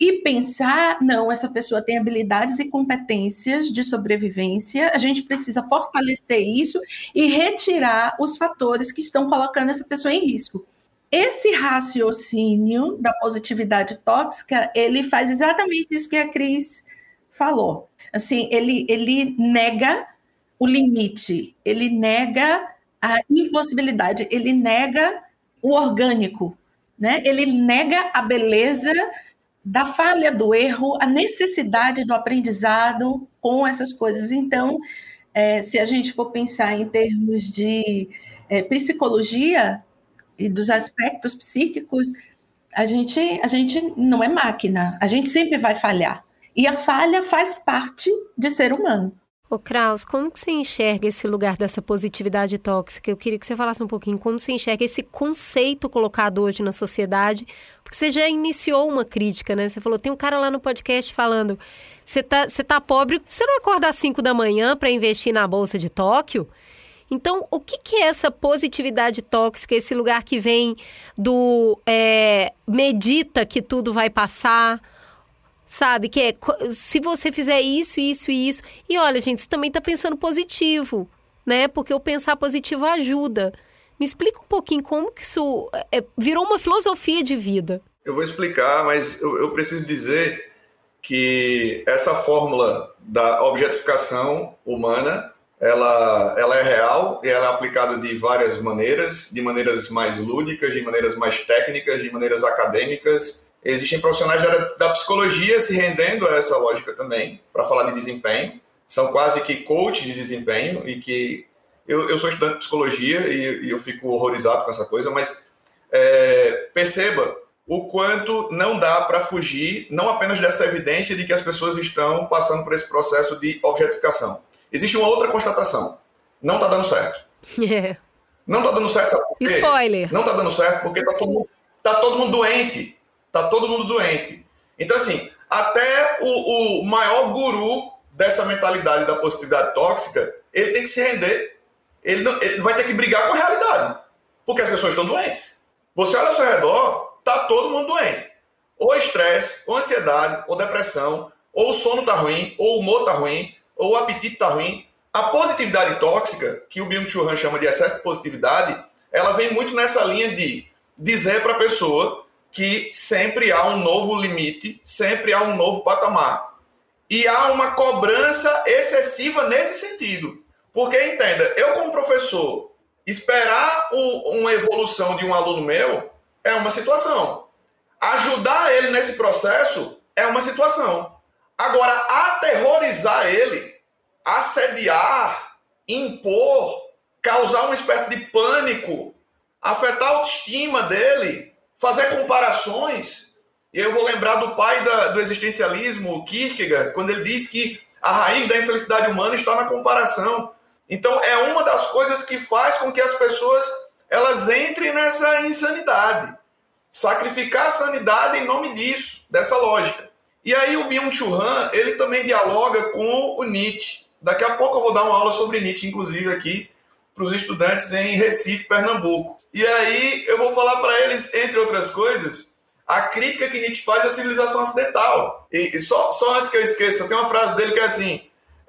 e pensar, não, essa pessoa tem habilidades e competências de sobrevivência, a gente precisa fortalecer isso e retirar os fatores que estão colocando essa pessoa em risco. Esse raciocínio da positividade tóxica, ele faz exatamente isso que a Cris falou. Assim, ele nega o limite, ele nega a impossibilidade, ele nega o orgânico, né? Ele nega a beleza da falha, do erro, a necessidade do aprendizado com essas coisas. Então, se a gente for pensar em termos de psicologia e dos aspectos psíquicos, a gente não é máquina, a gente sempre vai falhar. E a falha faz parte de ser humano. Ô Kraus, como que você enxerga esse lugar dessa positividade tóxica? Eu queria que você falasse um pouquinho como você enxerga esse conceito colocado hoje na sociedade, porque você já iniciou uma crítica, né? Você falou, tem um cara lá no podcast falando, você tá pobre, você não acorda às 5 da manhã para investir na Bolsa de Tóquio? Então, o que é essa positividade tóxica, esse lugar que vem do medita que tudo vai passar? Sabe, que se você fizer isso, isso e isso... E olha, gente, você também está pensando positivo, né? Porque o pensar positivo ajuda. Me explica um pouquinho como que isso virou uma filosofia de vida. Eu vou explicar, mas eu preciso dizer que essa fórmula da objetificação humana, ela é real e ela é aplicada de várias maneiras, de maneiras mais lúdicas, de maneiras mais técnicas, de maneiras acadêmicas. Existem profissionais da psicologia se rendendo a essa lógica também, para falar de desempenho. São quase que coaches de desempenho, e que eu sou estudante de psicologia e eu fico horrorizado com essa coisa, mas perceba o quanto não dá para fugir, não apenas dessa evidência de que as pessoas estão passando por esse processo de objetificação. Existe uma outra constatação. Não está dando certo. Não está dando certo, sabe por quê? Spoiler. Não está dando certo porque tá todo mundo doente. Tá todo mundo doente. Então, assim, até o maior guru dessa mentalidade da positividade tóxica, ele tem que se render. Ele vai ter que brigar com a realidade. Porque as pessoas estão doentes. Você olha ao seu redor, tá todo mundo doente. Ou estresse, ou ansiedade, ou depressão, ou o sono tá ruim, ou o humor tá ruim, ou o apetite tá ruim. A positividade tóxica, que o Byung-Chul Han chama de excesso de positividade, ela vem muito nessa linha de dizer para a pessoa que sempre há um novo limite, sempre há um novo patamar. E há uma cobrança excessiva nesse sentido. Porque, entenda, eu como professor, esperar uma evolução de um aluno meu é uma situação. Ajudar ele nesse processo é uma situação. Agora, aterrorizar ele, assediar, impor, causar uma espécie de pânico, afetar a autoestima dele, fazer comparações, e eu vou lembrar do pai do existencialismo, Kierkegaard, quando ele diz que a raiz da infelicidade humana está na comparação. Então, é uma das coisas que faz com que as pessoas elas entrem nessa insanidade. Sacrificar a sanidade em nome disso, dessa lógica. E aí o Byung-Chul Han, ele também dialoga com o Nietzsche. Daqui a pouco eu vou dar uma aula sobre Nietzsche, inclusive aqui, para os estudantes em Recife, Pernambuco. E aí eu vou falar para eles, entre outras coisas, a crítica que Nietzsche faz à civilização ocidental. E só antes que eu esqueça, tem uma frase dele que é assim,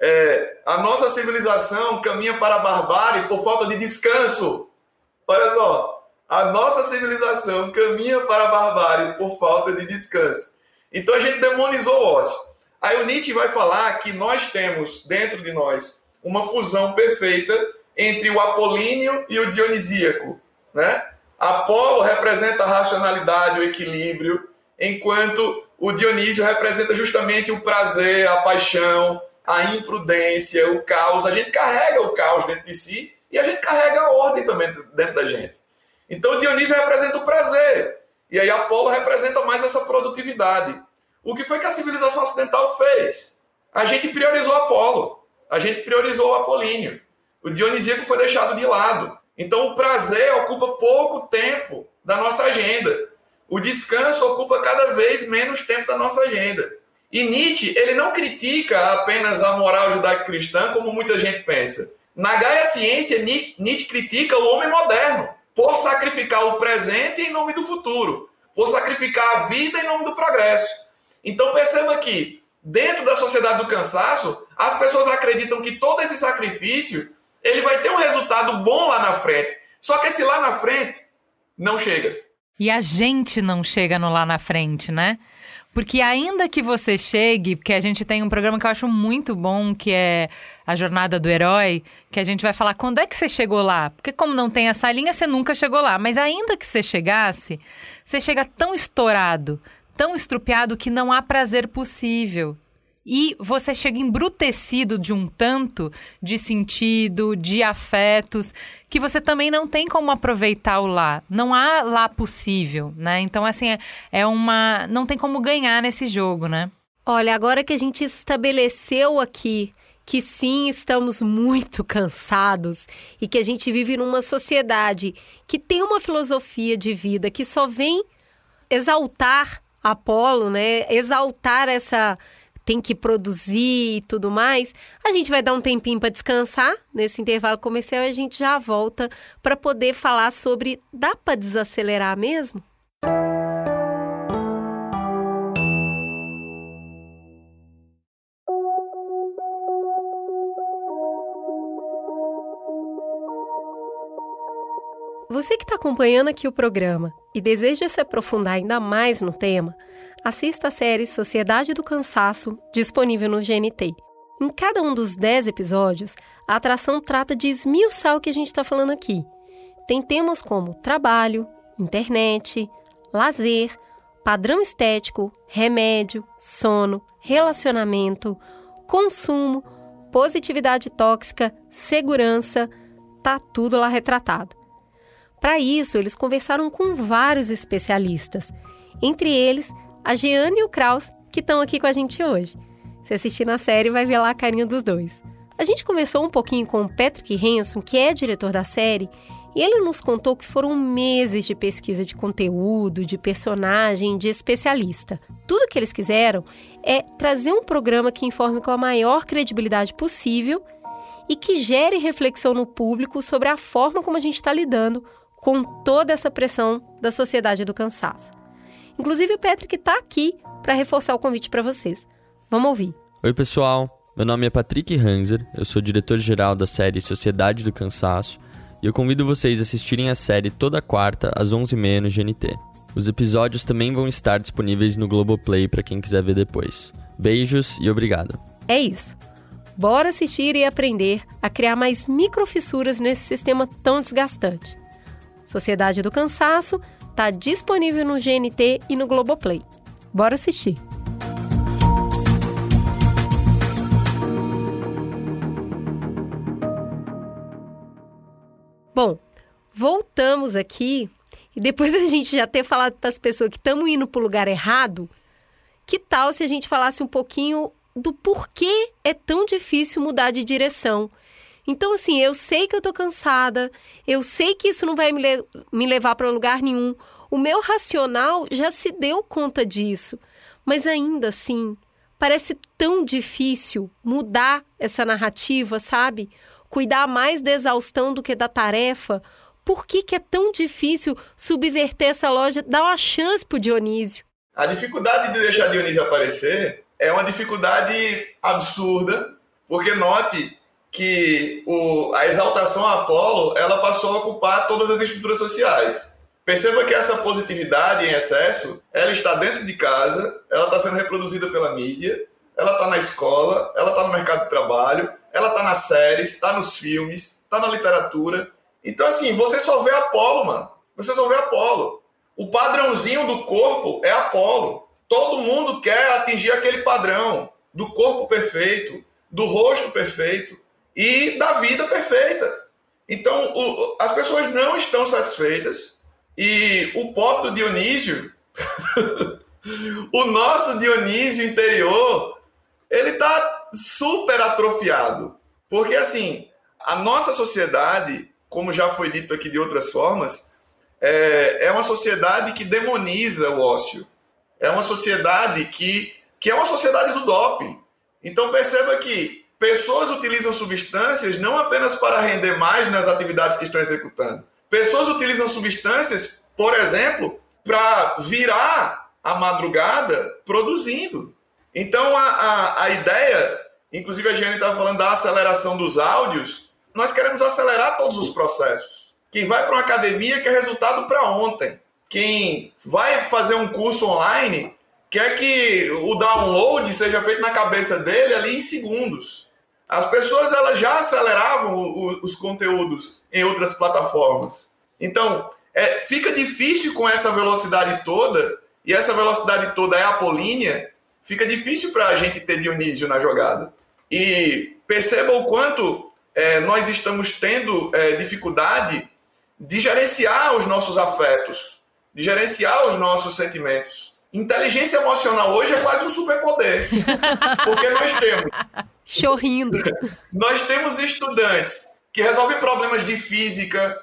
a nossa civilização caminha para a barbárie por falta de descanso. Olha só, a nossa civilização caminha para a barbárie por falta de descanso. Então a gente demonizou o ócio. Aí o Nietzsche vai falar que nós temos dentro de nós uma fusão perfeita entre o apolíneo e o dionisíaco, né? Apolo representa a racionalidade, o equilíbrio, enquanto o Dionísio representa justamente o prazer, a paixão, a imprudência, o caos. A gente carrega o caos dentro de si e a gente carrega a ordem também dentro da gente. Então o Dionísio representa o prazer e aí Apolo representa mais essa produtividade. O que foi que a civilização ocidental fez? A gente priorizou Apolo, a gente priorizou o apolíneo. O dionisíaco foi deixado de lado. Então o prazer ocupa pouco tempo da nossa agenda. O descanso ocupa cada vez menos tempo da nossa agenda. E Nietzsche, ele não critica apenas a moral judaico-cristã como muita gente pensa. Na Gaia Ciência, Nietzsche critica o homem moderno por sacrificar o presente em nome do futuro, por sacrificar a vida em nome do progresso. Então perceba que, dentro da sociedade do cansaço, as pessoas acreditam que todo esse sacrifício ele vai ter um resultado bom lá na frente. Só que esse lá na frente não chega. E a gente não chega no lá na frente, né? Porque ainda que você chegue, porque a gente tem um programa que eu acho muito bom, que é a Jornada do Herói, que a gente vai falar quando é que você chegou lá. Porque como não tem essa linha, você nunca chegou lá. Mas ainda que você chegasse, você chega tão estourado, tão estrupiado que não há prazer possível. E você chega embrutecido de um tanto de sentido, de afetos, que você também não tem como aproveitar o lá. Não há lá possível, né? Então, assim, não tem como ganhar nesse jogo, né? Olha, agora que a gente estabeleceu aqui que sim, estamos muito cansados e que a gente vive numa sociedade que tem uma filosofia de vida que só vem exaltar Apolo, né? Exaltar essa... tem que produzir e tudo mais, a gente vai dar um tempinho para descansar nesse intervalo comercial e a gente já volta para poder falar sobre dá para desacelerar mesmo? Você que está acompanhando aqui o programa e deseja se aprofundar ainda mais no tema, assista a série Sociedade do Cansaço, disponível no GNT. Em cada um dos 10 episódios, a atração trata de esmiuçar o que a gente está falando aqui. Tem temas como trabalho, internet, lazer, padrão estético, remédio, sono, relacionamento, consumo, positividade tóxica, segurança, tá tudo lá retratado. Para isso, eles conversaram com vários especialistas, entre eles a Jeane e o Kraus, que estão aqui com a gente hoje. Se assistir na série, vai ver lá a carinha dos dois. A gente conversou um pouquinho com o Patrick Hanson, que é diretor da série, e ele nos contou que foram meses de pesquisa de conteúdo, de personagem, de especialista. Tudo que eles quiseram é trazer um programa que informe com a maior credibilidade possível e que gere reflexão no público sobre a forma como a gente está lidando com toda essa pressão da sociedade do cansaço. Inclusive, o Patrick está aqui para reforçar o convite para vocês. Vamos ouvir. Oi, pessoal. Meu nome é Patrick Hanser, eu sou diretor-geral da série Sociedade do Cansaço e eu convido vocês a assistirem a série toda quarta às 11h30 no GNT. Os episódios também vão estar disponíveis no Globoplay para quem quiser ver depois. Beijos e obrigado. É isso. Bora assistir e aprender a criar mais microfissuras nesse sistema tão desgastante. Sociedade do Cansaço está disponível no GNT e no Globoplay. Bora assistir! Bom, voltamos aqui e depois da gente já ter falado para as pessoas que estamos indo para o lugar errado, que tal se a gente falasse um pouquinho do porquê é tão difícil mudar de direção? Então, assim, eu sei que eu tô cansada, eu sei que isso não vai me levar para lugar nenhum. O meu racional já se deu conta disso. Mas ainda assim, parece tão difícil mudar essa narrativa, sabe? Cuidar mais da exaustão do que da tarefa. Por que é tão difícil subverter essa lógica? Dar uma chance pro Dionísio. A dificuldade de deixar Dionísio aparecer é uma dificuldade absurda, porque note que a exaltação a Apolo, ela passou a ocupar todas as estruturas sociais. Perceba que essa positividade em excesso, ela está dentro de casa, ela está sendo reproduzida pela mídia, ela está na escola, ela está no mercado de trabalho, ela está nas séries, está nos filmes, está na literatura. Então, assim, você só vê Apolo, mano. Você só vê Apolo. O padrãozinho do corpo é Apolo. Todo mundo quer atingir aquele padrão do corpo perfeito, do rosto perfeito e da vida perfeita. Então, as pessoas não estão satisfeitas e o pobre do Dionísio, o nosso Dionísio interior, ele está super atrofiado. Porque, assim, a nossa sociedade, como já foi dito aqui de outras formas, é uma sociedade que demoniza o ócio. É uma sociedade que é uma sociedade do doping. Então, perceba que pessoas utilizam substâncias não apenas para render mais nas atividades que estão executando. Pessoas utilizam substâncias, por exemplo, para virar à madrugada produzindo. Então, a ideia, inclusive a Giane estava falando da aceleração dos áudios, nós queremos acelerar todos os processos. Quem vai para uma academia quer resultado para ontem. Quem vai fazer um curso online quer que o download seja feito na cabeça dele ali em segundos. As pessoas elas já aceleravam os conteúdos em outras plataformas. Então, fica difícil com essa velocidade toda, e essa velocidade toda é apolínea, fica difícil para a gente ter Dionísio na jogada. E perceba o quanto nós estamos tendo dificuldade de gerenciar os nossos afetos, de gerenciar os nossos sentimentos. Inteligência emocional hoje é quase um superpoder, porque nós temos... Chorrindo. Nós temos estudantes que resolvem problemas de física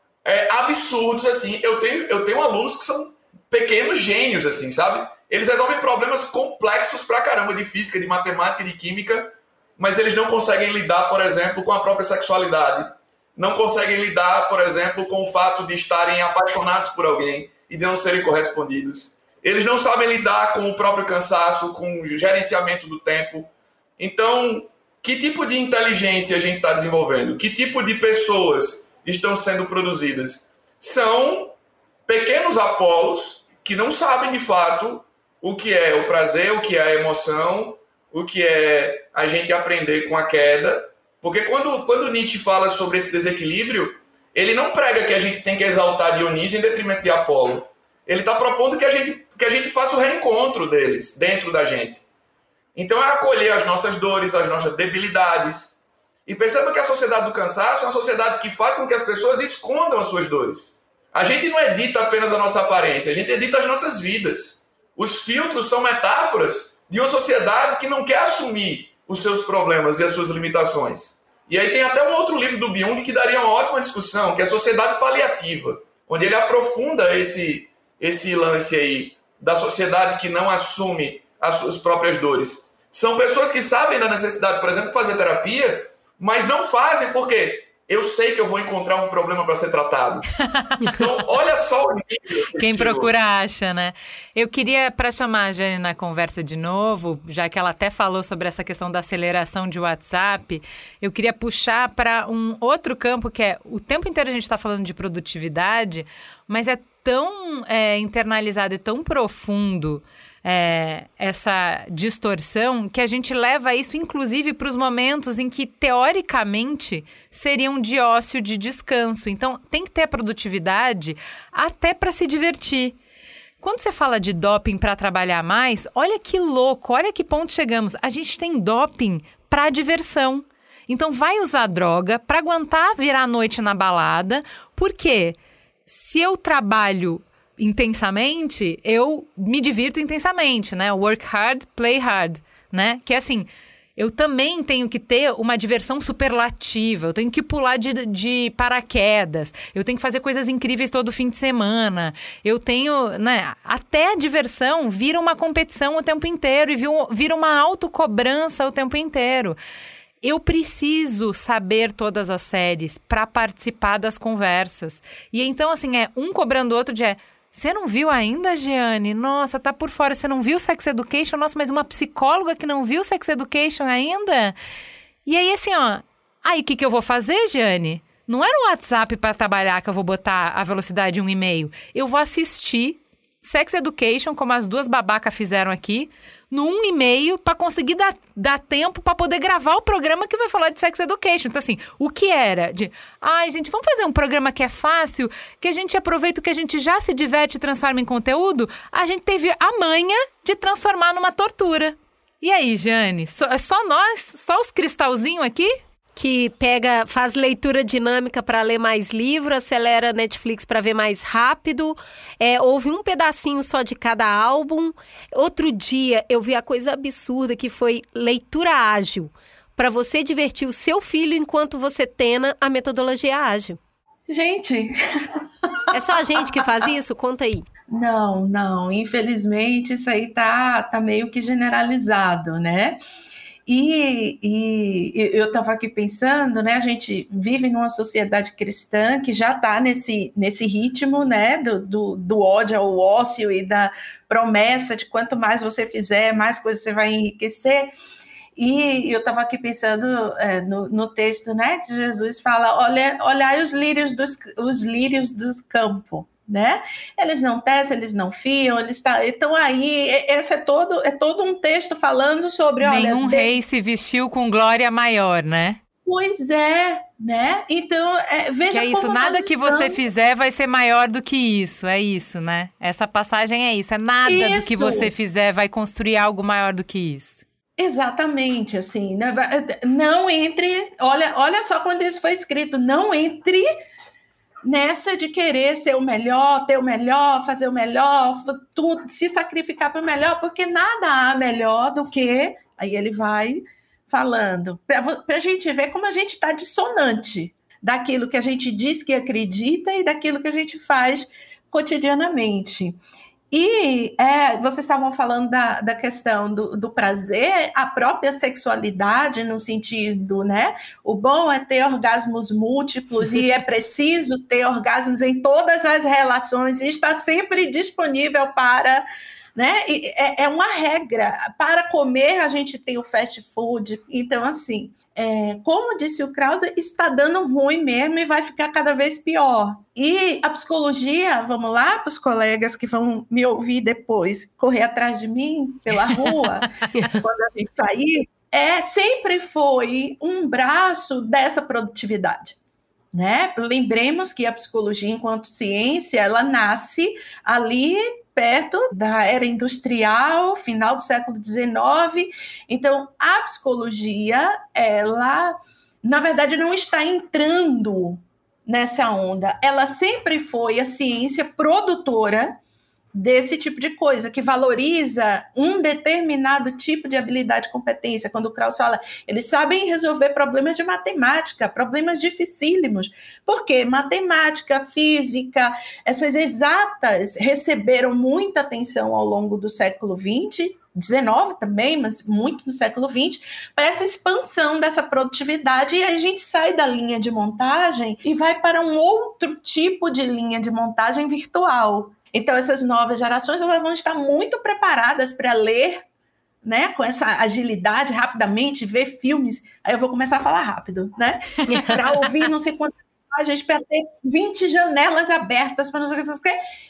absurdos, assim. Eu tenho alunos que são pequenos gênios, assim, sabe? Eles resolvem problemas complexos pra caramba de física, de matemática, de química, mas eles não conseguem lidar, por exemplo, com a própria sexualidade. Não conseguem lidar, por exemplo, com o fato de estarem apaixonados por alguém e de não serem correspondidos. Eles não sabem lidar com o próprio cansaço, com o gerenciamento do tempo. Então, que tipo de inteligência a gente está desenvolvendo? Que tipo de pessoas estão sendo produzidas? São pequenos Apolos que não sabem, de fato, o que é o prazer, o que é a emoção, o que é a gente aprender com a queda. Porque quando Nietzsche fala sobre esse desequilíbrio, ele não prega que a gente tem que exaltar Dionísio em detrimento de Apolo. Ele está propondo que a gente faça o reencontro deles dentro da gente. Então é acolher as nossas dores, as nossas debilidades. E perceba que a sociedade do cansaço é uma sociedade que faz com que as pessoas escondam as suas dores. A gente não edita apenas a nossa aparência, a gente edita as nossas vidas. Os filtros são metáforas de uma sociedade que não quer assumir os seus problemas e as suas limitações. E aí tem até um outro livro do Byung que daria uma ótima discussão, que é a Sociedade Paliativa, onde ele aprofunda esse lance aí da sociedade que não assume as suas próprias dores. São pessoas que sabem da necessidade, por exemplo, de fazer terapia, mas não fazem porque eu sei que eu vou encontrar um problema para ser tratado. Então, olha só o nível. Quem procura acha, né? Eu queria, para chamar a Jane na conversa de novo, já que ela até falou sobre essa questão da aceleração de WhatsApp, eu queria puxar para um outro campo que é, o tempo inteiro a gente está falando de produtividade, mas é tão internalizado e tão profundo essa distorção que a gente leva isso, inclusive, para os momentos em que, teoricamente, seriam de ócio, de descanso. Então, tem que ter a produtividade até para se divertir. Quando você fala de doping para trabalhar mais, olha que louco, olha que ponto chegamos. A gente tem doping para diversão. Então, vai usar droga para aguentar virar a noite na balada, porque se eu trabalho intensamente, eu me divirto intensamente, né? Work hard, play hard, né? Que é assim, eu também tenho que ter uma diversão superlativa, eu tenho que pular de paraquedas, eu tenho que fazer coisas incríveis todo fim de semana, eu tenho, né? Até a diversão vira uma competição o tempo inteiro e vira uma autocobrança o tempo inteiro. Eu preciso saber todas as séries para participar das conversas. E então, assim, um cobrando o outro de você não viu ainda, Giane? Nossa, tá por fora. Você não viu Sex Education? Nossa, mas uma psicóloga que não viu Sex Education ainda? E aí, assim, aí o que eu vou fazer, Giane? Não é no WhatsApp para trabalhar que eu vou botar a velocidade 1,5. Eu vou assistir Sex Education, como as duas babacas fizeram aqui, no 1,5 para conseguir dar tempo para poder gravar o programa que vai falar de Sex Education. Então, assim, o que era de... gente, vamos fazer um programa que é fácil, que a gente aproveita o que a gente já se diverte e transforma em conteúdo? A gente teve a manha de transformar numa tortura. E aí, Jane? Só nós? Só os cristalzinhos aqui? Que faz leitura dinâmica para ler mais livro, acelera Netflix para ver mais rápido, ouve um pedacinho só de cada álbum. Outro dia eu vi a coisa absurda que foi leitura ágil, para você divertir o seu filho enquanto você treina a metodologia ágil. Gente! É só a gente que faz isso? Conta aí. Não, infelizmente isso aí tá meio que generalizado, né? E eu estava aqui pensando, né? A gente vive numa sociedade cristã que já está nesse ritmo, né? Do ódio ao ócio e da promessa de quanto mais você fizer, mais coisas você vai enriquecer. E eu estava aqui pensando no texto, né? Que Jesus fala: olhai os lírios do campo. Né? Eles não tecem, eles não fiam, então aí esse é todo um texto falando sobre nenhum rei se vestiu com glória maior, né? Pois é, né? Então veja que é isso, como nada que você fizer vai ser maior do que isso, é isso, né? Essa passagem é isso, nada do que você fizer vai construir algo maior do que isso. Exatamente, assim, né? Não entre, olha só quando isso foi escrito, não entre nessa de querer ser o melhor, ter o melhor, fazer o melhor, se sacrificar para o melhor, porque nada há melhor do que... Aí ele vai falando, para a gente ver como a gente está dissonante daquilo que a gente diz que acredita e daquilo que a gente faz cotidianamente. E vocês estavam falando da questão do prazer, a própria sexualidade, no sentido, né? O bom é ter orgasmos múltiplos e é preciso ter orgasmos em todas as relações e está sempre disponível para... Né? É uma regra. Para comer, a gente tem o fast food. Então, assim, como disse o Krause, isso está dando ruim mesmo e vai ficar cada vez pior. E a psicologia, vamos lá, para os colegas que vão me ouvir depois, correr atrás de mim pela rua, quando a gente sair, sempre foi um braço dessa produtividade. Né? Lembremos que a psicologia, enquanto ciência, ela nasce ali perto da era industrial, final do século XIX. Então, a psicologia, ela, na verdade, não está entrando nessa onda. Ela sempre foi a ciência produtora desse tipo de coisa, que valoriza um determinado tipo de habilidade e competência. Quando o Krause fala, eles sabem resolver problemas de matemática, problemas dificílimos, porque matemática, física, essas exatas receberam muita atenção ao longo do século XX, 19 também, mas muito no século XX, para essa expansão dessa produtividade, e a gente sai da linha de montagem e vai para um outro tipo de linha de montagem virtual. Então, essas novas gerações elas vão estar muito preparadas para ler, né, com essa agilidade, rapidamente, ver filmes. Aí eu vou começar a falar rápido, né? Para ouvir não sei quantas mensagens, para ter 20 janelas abertas, para não sei o que.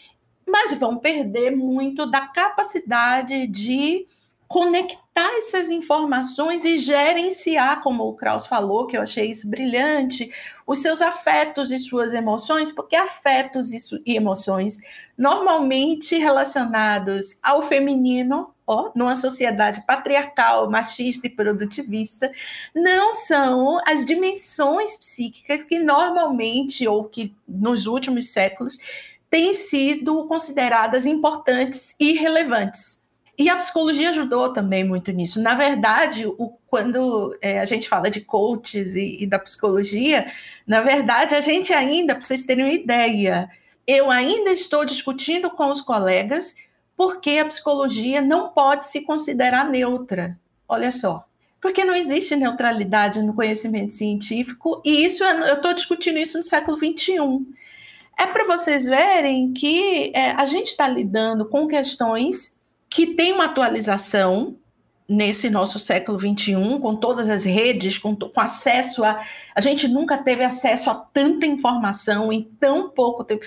Mas vão perder muito da capacidade de conectar essas informações e gerenciar, como o Krause falou, que eu achei isso brilhante, os seus afetos e suas emoções, porque afetos e emoções normalmente relacionados ao feminino, numa sociedade patriarcal, machista e produtivista, não são as dimensões psíquicas que normalmente, ou que nos últimos séculos, têm sido consideradas importantes e relevantes. E a psicologia ajudou também muito nisso. Na verdade, quando a gente fala de coaches e da psicologia, na verdade, a gente ainda, para vocês terem uma ideia, eu ainda estou discutindo com os colegas porque a psicologia não pode se considerar neutra. Olha só. Porque não existe neutralidade no conhecimento científico, e isso eu estou discutindo isso no século XXI. É para vocês verem que a gente está lidando com questões que têm uma atualização nesse nosso século XXI, com todas as redes, com acesso a... A gente nunca teve acesso a tanta informação em tão pouco tempo.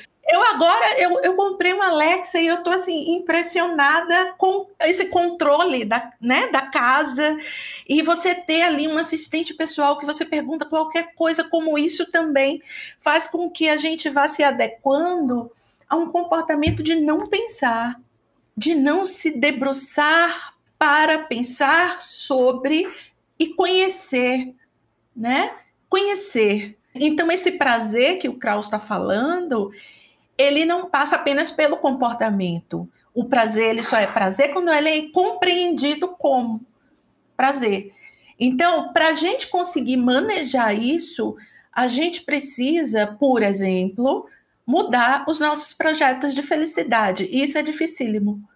Eu comprei uma Alexa e eu estou assim, impressionada com esse controle da casa, e você ter ali um assistente pessoal que você pergunta qualquer coisa, como isso também faz com que a gente vá se adequando a um comportamento de não pensar, de não se debruçar para pensar sobre e conhecer, né? Conhecer. Então, esse prazer que o Krause está falando, ele não passa apenas pelo comportamento. O prazer, ele só é prazer quando ele é compreendido como prazer. Então, para a gente conseguir manejar isso, a gente precisa, por exemplo, mudar os nossos projetos de felicidade. Isso é dificílimo.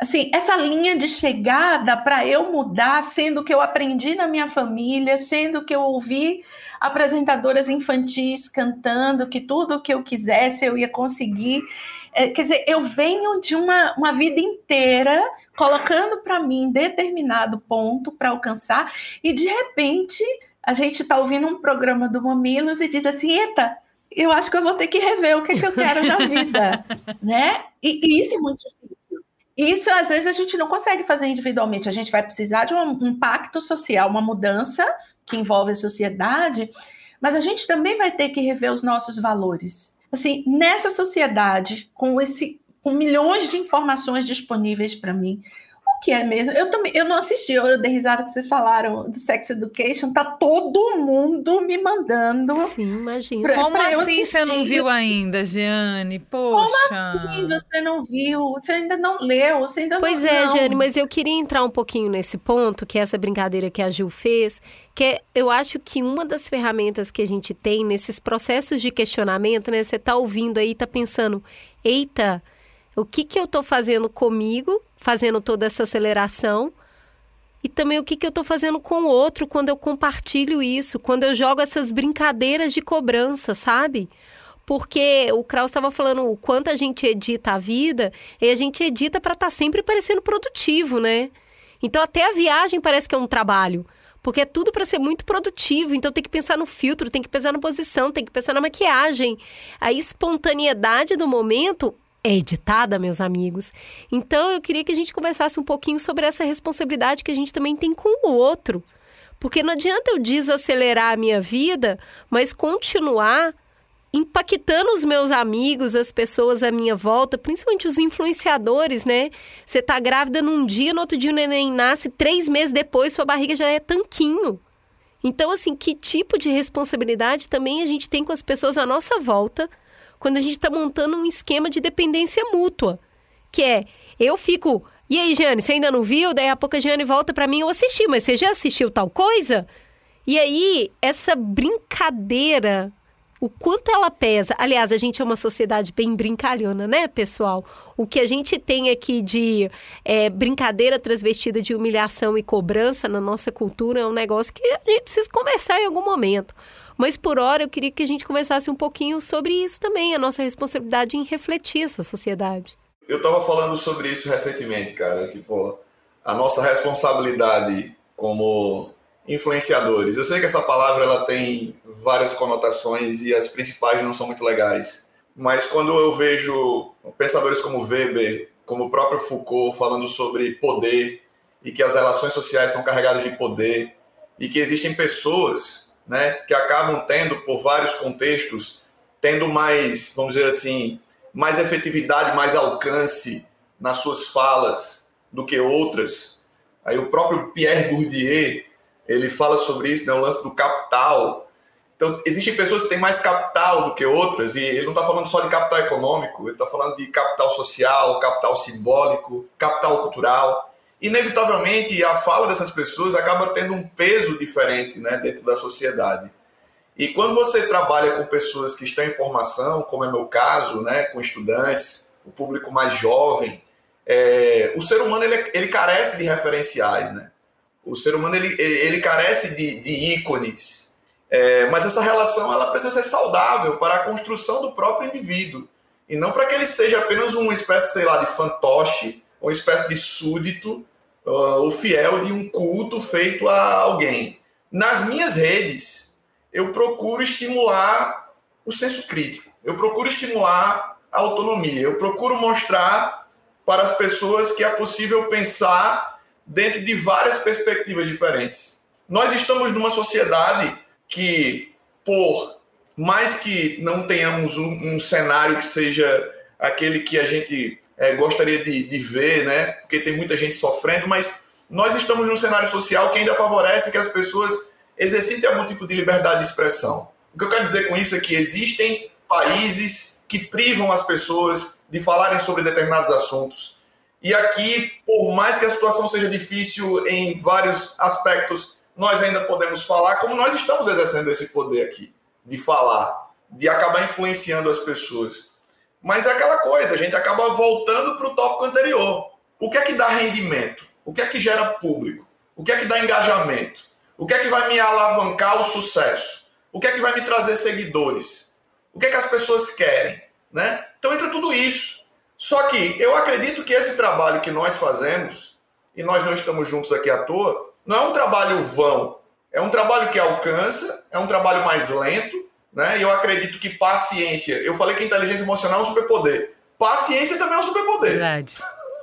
assim, essa linha de chegada para eu mudar, sendo que eu aprendi na minha família, sendo que eu ouvi apresentadoras infantis cantando que tudo o que eu quisesse eu ia conseguir. Quer dizer, eu venho de uma vida inteira colocando para mim determinado ponto para alcançar, e de repente a gente está ouvindo um programa do Mamilos e diz assim, eita, eu acho que eu vou ter que rever o que eu quero na vida, né? E isso é muito difícil. Isso, às vezes, a gente não consegue fazer individualmente. A gente vai precisar de um pacto social, uma mudança que envolve a sociedade, mas a gente também vai ter que rever os nossos valores. Assim, nessa sociedade, com milhões de informações disponíveis para mim, o que é mesmo? Eu não assisti, eu dei risada que vocês falaram do Sex Education, tá todo mundo me mandando. Sim, imagina. Como assim você não viu ainda, Jeane? Poxa. Como assim você não viu? Você ainda não leu? Você ainda pois não... é, Jeane, mas eu queria entrar um pouquinho nesse ponto, que é essa brincadeira que a Gil fez, que eu acho que uma das ferramentas que a gente tem nesses processos de questionamento, né? Você tá ouvindo aí, tá pensando, eita, o que eu tô fazendo comigo, fazendo toda essa aceleração, e também o que eu tô fazendo com o outro quando eu compartilho isso, quando eu jogo essas brincadeiras de cobrança, sabe? Porque o Kraus estava falando o quanto a gente edita a vida, e a gente edita para estar sempre parecendo produtivo, né? Então até a viagem parece que é um trabalho, porque é tudo para ser muito produtivo, então tem que pensar no filtro, tem que pensar na posição, tem que pensar na maquiagem. A espontaneidade do momento é editada, meus amigos. Então eu queria que a gente conversasse um pouquinho sobre essa responsabilidade que a gente também tem com o outro. Porque não adianta eu desacelerar a minha vida, mas continuar impactando os meus amigos, as pessoas à minha volta, principalmente os influenciadores, né? Você tá grávida num dia, no outro dia o neném nasce, 3 meses depois sua barriga já é tanquinho. Então, assim, que tipo de responsabilidade também a gente tem com as pessoas à nossa volta quando a gente tá montando um esquema de dependência mútua? Que é, eu fico... E aí, Jeane, você ainda não viu? Daí a pouco a Jeane volta pra mim, eu assisti, mas você já assistiu tal coisa? E aí, essa brincadeira... O quanto ela pesa. Aliás, a gente é uma sociedade bem brincalhona, né, pessoal? O que a gente tem aqui de brincadeira transvestida de humilhação e cobrança na nossa cultura é um negócio que a gente precisa conversar em algum momento. Mas, por hora, eu queria que a gente conversasse um pouquinho sobre isso também, a nossa responsabilidade em refletir essa sociedade. Eu estava falando sobre isso recentemente, cara. Tipo, a nossa responsabilidade como... influenciadores. Eu sei que essa palavra ela tem várias conotações e as principais não são muito legais, mas quando eu vejo pensadores como Weber, como o próprio Foucault falando sobre poder e que as relações sociais são carregadas de poder e que existem pessoas, né, que acabam tendo, por vários contextos, tendo mais, vamos dizer assim, mais efetividade, mais alcance nas suas falas do que outras. Aí o próprio Pierre Bourdieu ele fala sobre isso, né, o lance do capital. Então, existem pessoas que têm mais capital do que outras, e ele não está falando só de capital econômico, ele está falando de capital social, capital simbólico, capital cultural. Inevitavelmente, a fala dessas pessoas acaba tendo um peso diferente, né, dentro da sociedade. E quando você trabalha com pessoas que estão em formação, como é meu caso, né, com estudantes, o público mais jovem, o ser humano ele carece de referenciais, né? O ser humano ele carece de ícones, mas essa relação ela precisa ser saudável para a construção do próprio indivíduo e não para que ele seja apenas uma espécie, sei lá, de fantoche, uma espécie de súdito, o fiel de um culto feito a alguém. Nas minhas redes, eu procuro estimular o senso crítico, eu procuro estimular a autonomia, eu procuro mostrar para as pessoas que é possível pensar dentro de várias perspectivas diferentes. Nós estamos numa sociedade que, por mais que não tenhamos um cenário que seja aquele que a gente gostaria de ver, né? Porque tem muita gente sofrendo, mas nós estamos num cenário social que ainda favorece que as pessoas exercitem algum tipo de liberdade de expressão. O que eu quero dizer com isso é que existem países que privam as pessoas de falarem sobre determinados assuntos. E aqui, por mais que a situação seja difícil em vários aspectos, nós ainda podemos falar como nós estamos exercendo esse poder aqui, de falar, de acabar influenciando as pessoas. Mas é aquela coisa, a gente acaba voltando para o tópico anterior. o que é que dá rendimento? O que é que gera público? O que é que dá engajamento? O que é que vai me alavancar o sucesso? O que é que vai me trazer seguidores? O que é que as pessoas querem? Né? Então entra tudo isso. Só que eu acredito que esse trabalho que nós fazemos, e nós não estamos juntos aqui à toa, não é um trabalho vão. É um trabalho que alcança, é um trabalho mais lento, né? E eu acredito que paciência... Eu falei que a inteligência emocional é um superpoder. Paciência também é um superpoder. Verdade.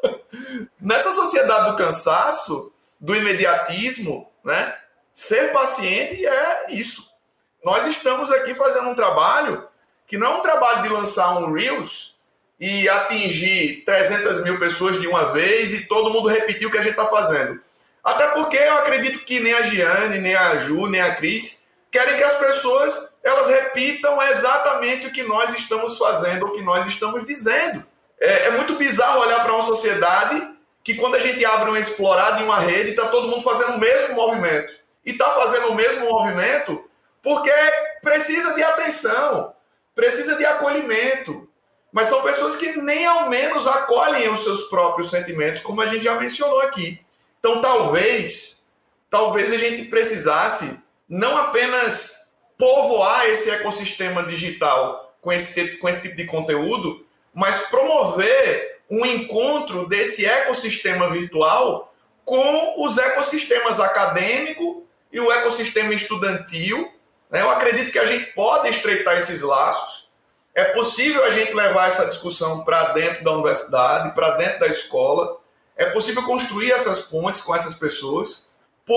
Nessa sociedade do cansaço, do imediatismo, né? Ser paciente é isso. Nós estamos aqui fazendo um trabalho que não é um trabalho de lançar um Reels e atingir 300 mil pessoas de uma vez e todo mundo repetir o que a gente está fazendo. Até porque eu acredito que nem a Giane, nem a Ju, nem a Cris querem que as pessoas elas repitam exatamente o que nós estamos fazendo, o que nós estamos dizendo. É muito bizarro olhar para uma sociedade que quando a gente abre uma explorada em uma rede, está todo mundo fazendo o mesmo movimento. E está fazendo o mesmo movimento porque precisa de atenção, precisa de acolhimento. Mas são pessoas que nem ao menos acolhem os seus próprios sentimentos, como a gente já mencionou aqui. Então, talvez a gente precisasse não apenas povoar esse ecossistema digital com esse tipo de conteúdo, mas promover um encontro desse ecossistema virtual com os ecossistemas acadêmico e o ecossistema estudantil. Eu acredito que a gente pode estreitar esses laços. É possível a gente levar essa discussão para dentro da universidade, para dentro da escola. É possível construir essas pontes com essas pessoas,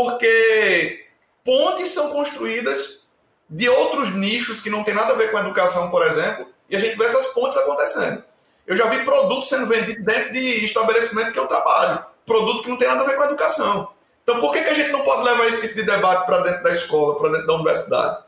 porque pontes são construídas de outros nichos que não tem nada a ver com a educação, por exemplo, e a gente vê essas pontes acontecendo. Eu já vi produtos sendo vendidos dentro de estabelecimento que eu trabalho, produto que não tem nada a ver com a educação. Então, por que a gente não pode levar esse tipo de debate para dentro da escola, para dentro da universidade?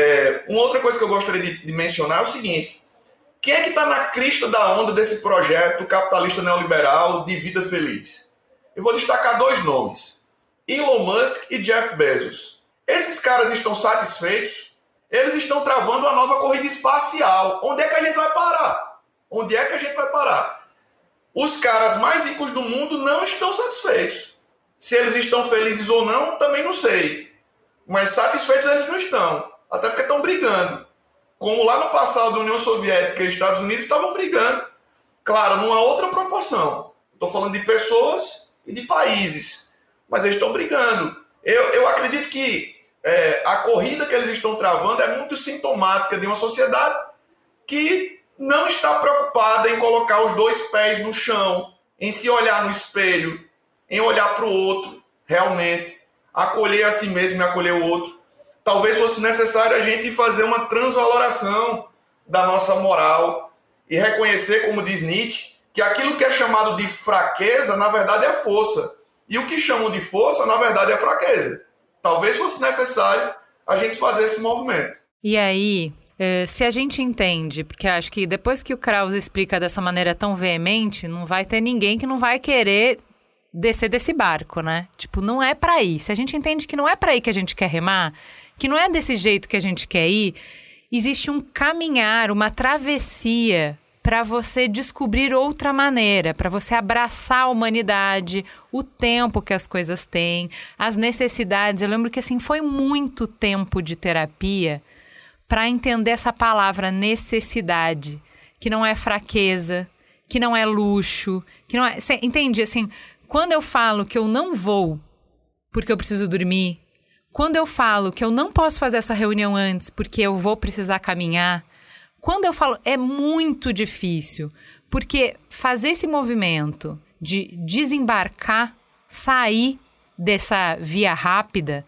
Uma outra coisa que eu gostaria de mencionar é o seguinte: quem é que está na crista da onda desse projeto capitalista neoliberal de vida feliz? Eu vou destacar 2 nomes: Elon Musk e Jeff Bezos. Esses caras estão satisfeitos? Eles estão travando uma nova corrida espacial. Onde é que a gente vai parar? Onde é que a gente vai parar? Os caras mais ricos do mundo não estão satisfeitos. Se eles estão felizes ou não, também não sei. Mas satisfeitos eles não estão. Até porque estão brigando. Como lá no passado a União Soviética e Estados Unidos estavam brigando. Claro, numa outra proporção. Estou falando de pessoas e de países. Mas eles estão brigando. Eu acredito que a corrida que eles estão travando é muito sintomática de uma sociedade que não está preocupada em colocar os 2 pés no chão, em se olhar no espelho, em olhar para o outro, realmente, acolher a si mesmo e acolher o outro. Talvez fosse necessário a gente fazer uma transvaloração da nossa moral e reconhecer, como diz Nietzsche, que aquilo que é chamado de fraqueza, na verdade, é força. E o que chamam de força, na verdade, é fraqueza. Talvez fosse necessário a gente fazer esse movimento. E aí, se a gente entende, porque acho que depois que o Krause explica dessa maneira tão veemente, não vai ter ninguém que não vai querer descer desse barco, né? Tipo, não é pra ir. Se a gente entende que não é pra ir que a gente quer remar, que não é desse jeito que a gente quer ir, existe um caminhar, uma travessia para você descobrir outra maneira, para você abraçar a humanidade, o tempo que as coisas têm, as necessidades. Eu lembro que assim foi muito tempo de terapia para entender essa palavra necessidade, que não é fraqueza, que não é luxo, que não é... Você entende? Assim, quando eu falo que eu não vou porque eu preciso dormir, quando eu falo que eu não posso fazer essa reunião antes porque eu vou precisar caminhar, quando eu falo é muito difícil, porque fazer esse movimento de desembarcar, sair dessa via rápida,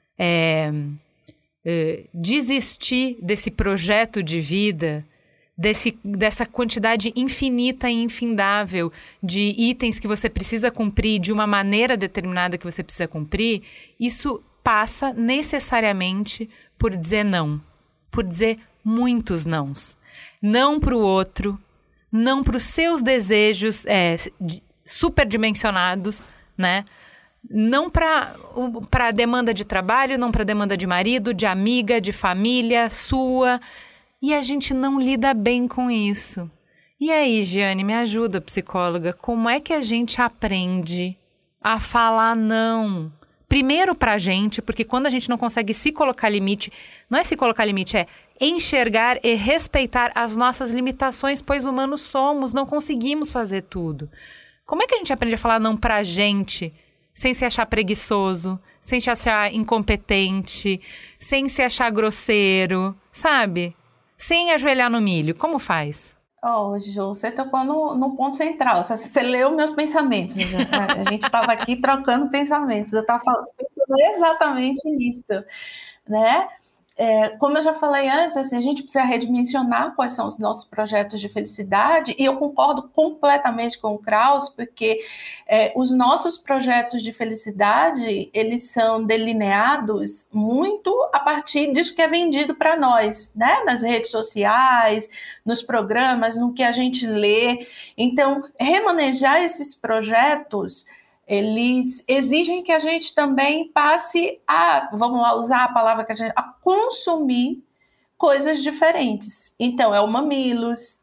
desistir desse projeto de vida, dessa quantidade infinita e infindável de itens que você precisa cumprir de uma maneira determinada que você precisa cumprir, isso passa necessariamente por dizer não, por dizer muitos nãos. Não para o outro, não para os seus desejos superdimensionados, né? Não para a demanda de trabalho, não para a demanda de marido, de amiga, de família, sua. E a gente não lida bem com isso. E aí, Giane, me ajuda, psicóloga, como é que a gente aprende a falar não? Primeiro pra gente, porque quando a gente não consegue se colocar limite, não é se colocar limite, é enxergar e respeitar as nossas limitações, pois humanos somos, não conseguimos fazer tudo. Como é que a gente aprende a falar não pra gente, sem se achar preguiçoso, sem se achar incompetente, sem se achar grosseiro, sabe? Sem ajoelhar no milho, como faz? Ju, você tocou no ponto central. Você leu meus pensamentos. A gente estava aqui trocando pensamentos. Eu estava pensando exatamente nisso, né? Como eu já falei antes, assim, a gente precisa redimensionar quais são os nossos projetos de felicidade, e eu concordo completamente com o Krauss, porque os nossos projetos de felicidade, eles são delineados muito a partir disso que é vendido para nós, né? Nas redes sociais, nos programas, no que a gente lê. Então, remanejar esses projetos, eles exigem que a gente também passe vamos lá usar a palavra a consumir coisas diferentes. Então, é o Mamilos,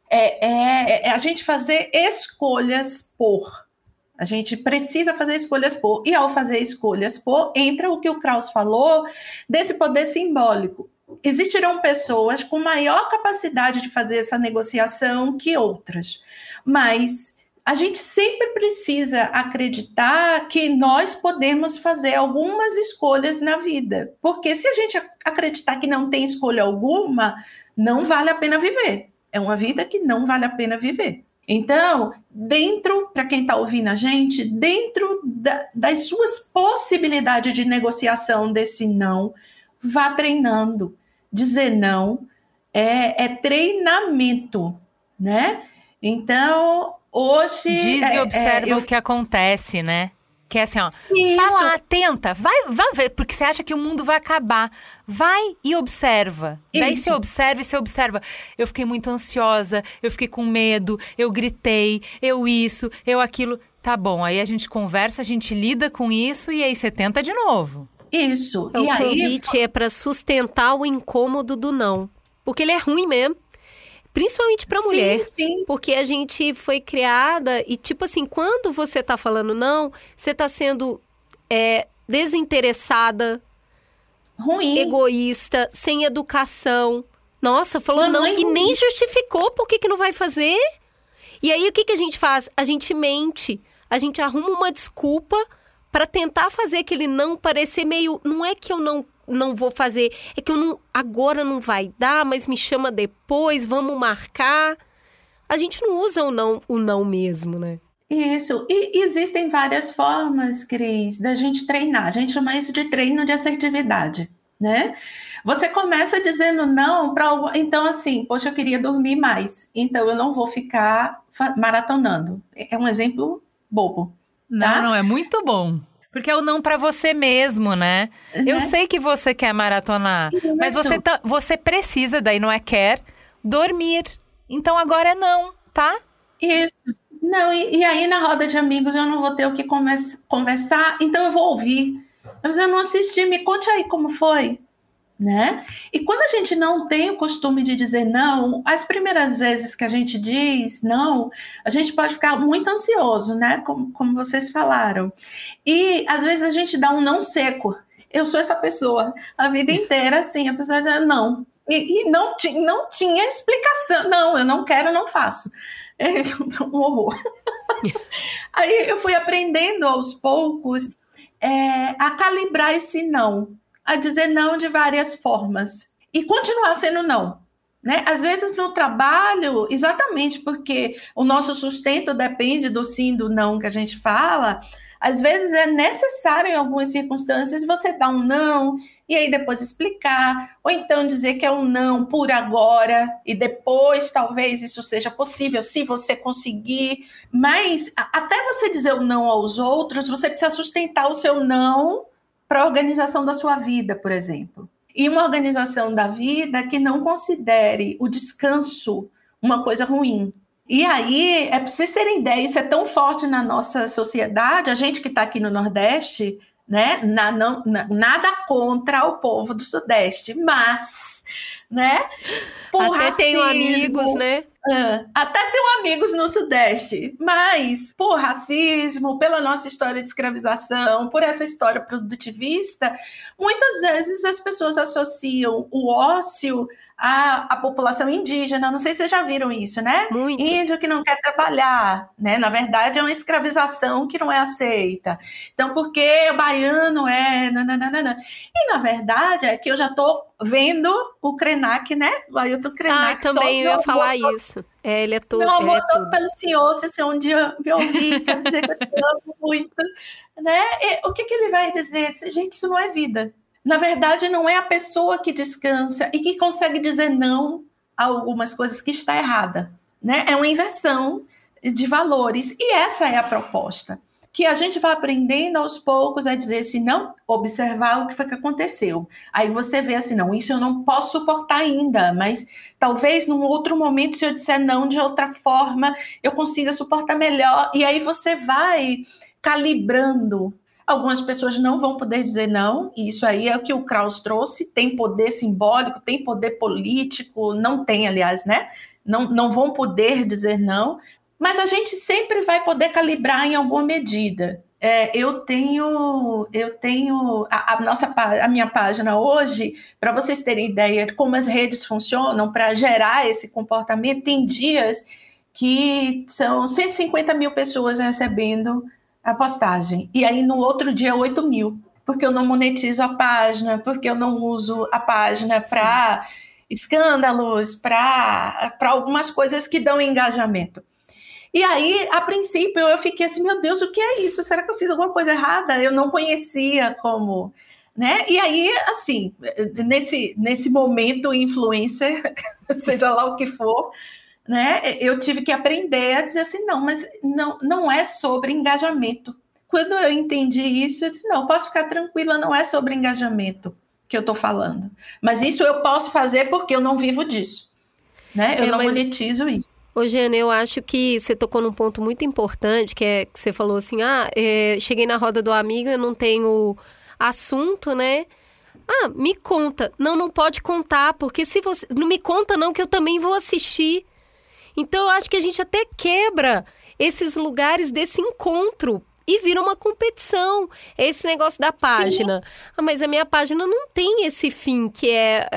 a gente fazer escolhas por. A gente precisa fazer escolhas por. E ao fazer escolhas por, entra o que o Krauss falou desse poder simbólico. Existirão pessoas com maior capacidade de fazer essa negociação que outras, mas a gente sempre precisa acreditar que nós podemos fazer algumas escolhas na vida. Porque se a gente acreditar que não tem escolha alguma, não vale a pena viver. É uma vida que não vale a pena viver. Então, para quem está ouvindo a gente, dentro das suas possibilidades de negociação desse não, vá treinando. Dizer não é treinamento, né? Então, hoje... Diz e observa o que acontece, né? Que é assim, ó, fala, tenta, vai ver, porque você acha que o mundo vai acabar. Vai e observa. Isso. Daí você observa. Eu fiquei muito ansiosa, eu fiquei com medo, eu gritei, eu aquilo. Tá bom, aí a gente conversa, a gente lida com isso e aí você tenta de novo. Isso. Então, o convite é para sustentar o incômodo do não. Porque ele é ruim mesmo. Principalmente para mulher. Sim. Porque a gente foi criada e, tipo assim, quando você tá falando não, você tá sendo desinteressada, ruim, egoísta, sem educação. Nossa, falou não e nem justificou por que não vai fazer. E aí, o que a gente faz? A gente mente. A gente arruma uma desculpa para tentar fazer aquele não parecer meio... Não é que eu não vou fazer, é que agora não vai dar, mas me chama depois, vamos marcar. A gente não usa o não mesmo, né? Isso, e existem várias formas, Cris, da gente treinar. A gente chama isso de treino de assertividade, né? Você começa dizendo não para algo, então assim, poxa, eu queria dormir mais, então eu não vou ficar maratonando. É um exemplo bobo. Tá? Não, é muito bom. Porque é o não pra você mesmo, né? Uhum. Eu sei que você quer maratonar, mas você precisa, daí não é quer, dormir. Então agora é não, tá? Isso. Não, e aí na roda de amigos eu não vou ter o que conversar, então eu vou ouvir. Mas eu não assisti, me conte aí como foi, né? E quando a gente não tem o costume de dizer não, as primeiras vezes que a gente diz não, a gente pode ficar muito ansioso, né? Como vocês falaram. E às vezes a gente dá um não seco. Eu sou essa pessoa a vida inteira, assim, a pessoa diz não. E não tinha explicação. Não, eu não quero, não faço. É um horror. Aí eu fui aprendendo aos poucos a calibrar esse não, a dizer não de várias formas e continuar sendo não, né? Às vezes no trabalho, exatamente porque o nosso sustento depende do sim e do não que a gente fala, às vezes é necessário em algumas circunstâncias você dar um não e aí depois explicar, ou então dizer que é um não por agora e depois talvez isso seja possível se você conseguir, mas até você dizer o não aos outros, você precisa sustentar o seu não para a organização da sua vida, por exemplo. E uma organização da vida que não considere o descanso uma coisa ruim. E aí, para vocês terem ideia, isso é tão forte na nossa sociedade, a gente que está aqui no Nordeste, né, nada contra o povo do Sudeste, mas, né, por até racismo, tenho amigos, né? Até tenho amigos no Sudeste, mas por racismo, pela nossa história de escravização, por essa história produtivista, muitas vezes as pessoas associam o ócio à população indígena. Não sei se vocês já viram isso, né? Muito. Índio que não quer trabalhar, né? Na verdade, é uma escravização que não é aceita. Então, porque o baiano é... Nananana. E, na verdade, é que eu já estou vendo o Krenak, né? O Ailton Krenak. Também eu ia falar isso. Ele é tudo. Meu amor todo pelo senhor, se o senhor um dia me ouvir, quer dizer que eu te amo muito. Né? E, o que ele vai dizer? Gente, isso não é vida. Na verdade, não é a pessoa que descansa e que consegue dizer não a algumas coisas que está errada, né? É uma inversão de valores. E essa é a proposta. Que a gente vai aprendendo aos poucos a dizer assim, não, observar o que foi que aconteceu. Aí você vê assim, não, isso eu não posso suportar ainda, mas talvez num outro momento, se eu disser não de outra forma, eu consiga suportar melhor. E aí você vai calibrando. Algumas pessoas não vão poder dizer não, e isso aí é o que o Krauss trouxe, tem poder simbólico, tem poder político, não tem, aliás, né? Não vão poder dizer não, mas a gente sempre vai poder calibrar em alguma medida. Eu tenho a minha página hoje, para vocês terem ideia de como as redes funcionam para gerar esse comportamento, tem dias que são 150 mil pessoas recebendo a postagem, e aí no outro dia 8 mil, porque eu não monetizo a página, porque eu não uso a página para escândalos, para algumas coisas que dão engajamento. E aí, a princípio, eu fiquei assim, meu Deus, o que é isso? Será que eu fiz alguma coisa errada? Eu não conhecia como... Né? E aí, assim, nesse momento influencer, seja lá o que for, né? Eu tive que aprender a dizer assim, não, mas não é sobre engajamento. Quando eu entendi isso, eu disse, não, posso ficar tranquila, não é sobre engajamento que eu estou falando. Mas isso eu posso fazer porque eu não vivo disso. Né? Eu não monetizo isso. Ô, Jana, eu acho que você tocou num ponto muito importante, que você falou assim, cheguei na roda do amigo, eu não tenho assunto, né? Me conta. Não pode contar, porque se você... Não me conta não, que eu também vou assistir. Então, eu acho que a gente até quebra esses lugares desse encontro e vira uma competição. Esse negócio da página. Mas a minha página não tem esse fim que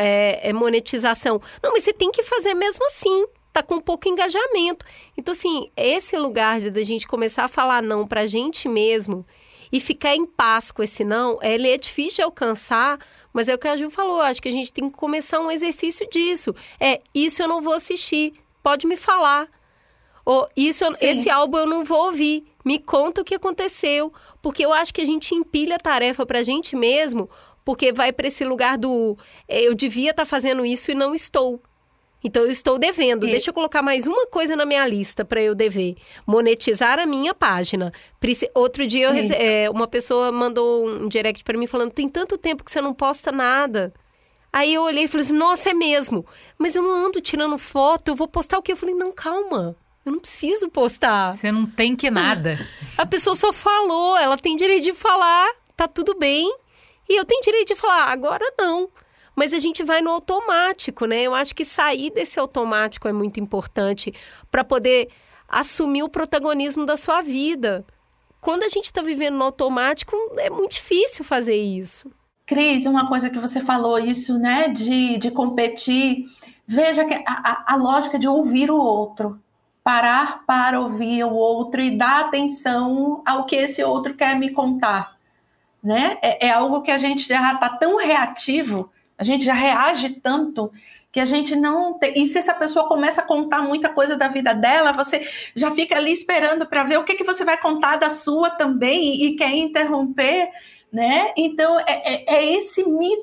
é monetização. Não, mas você tem que fazer mesmo assim. Tá com pouco engajamento. Então, assim, esse lugar da gente começar a falar não pra gente mesmo e ficar em paz com esse não, ele é difícil de alcançar, mas é o que a Ju falou. Acho que a gente tem que começar um exercício disso. Isso eu não vou assistir. Pode me falar. Ou esse álbum eu não vou ouvir. Me conta o que aconteceu. Porque eu acho que a gente empilha a tarefa pra gente mesmo, porque vai pra esse lugar do eu devia estar fazendo isso e não estou. Então eu estou devendo. Deixa eu colocar mais uma coisa na minha lista pra eu dever. Monetizar a minha página. Outro dia uma pessoa mandou um direct pra mim falando, tem tanto tempo que você não posta nada. Aí eu olhei e falei assim, nossa, é mesmo. Mas eu não ando tirando foto, eu vou postar o quê? Eu falei, não, calma, eu não preciso postar. Você não tem que nada. A pessoa só falou, ela tem direito de falar, tá tudo bem. E eu tenho direito de falar, agora não. Mas a gente vai no automático, né? Eu acho que sair desse automático é muito importante para poder assumir o protagonismo da sua vida. Quando a gente está vivendo no automático, é muito difícil fazer isso. Cris, uma coisa que você falou, isso, né, de competir, veja que a lógica de ouvir o outro, parar para ouvir o outro e dar atenção ao que esse outro quer me contar, né? É algo que a gente já está tão reativo, a gente já reage tanto que a gente não tem... E se essa pessoa começa a contar muita coisa da vida dela, você já fica ali esperando para ver o que você vai contar da sua também e quer interromper, né? Então, é esse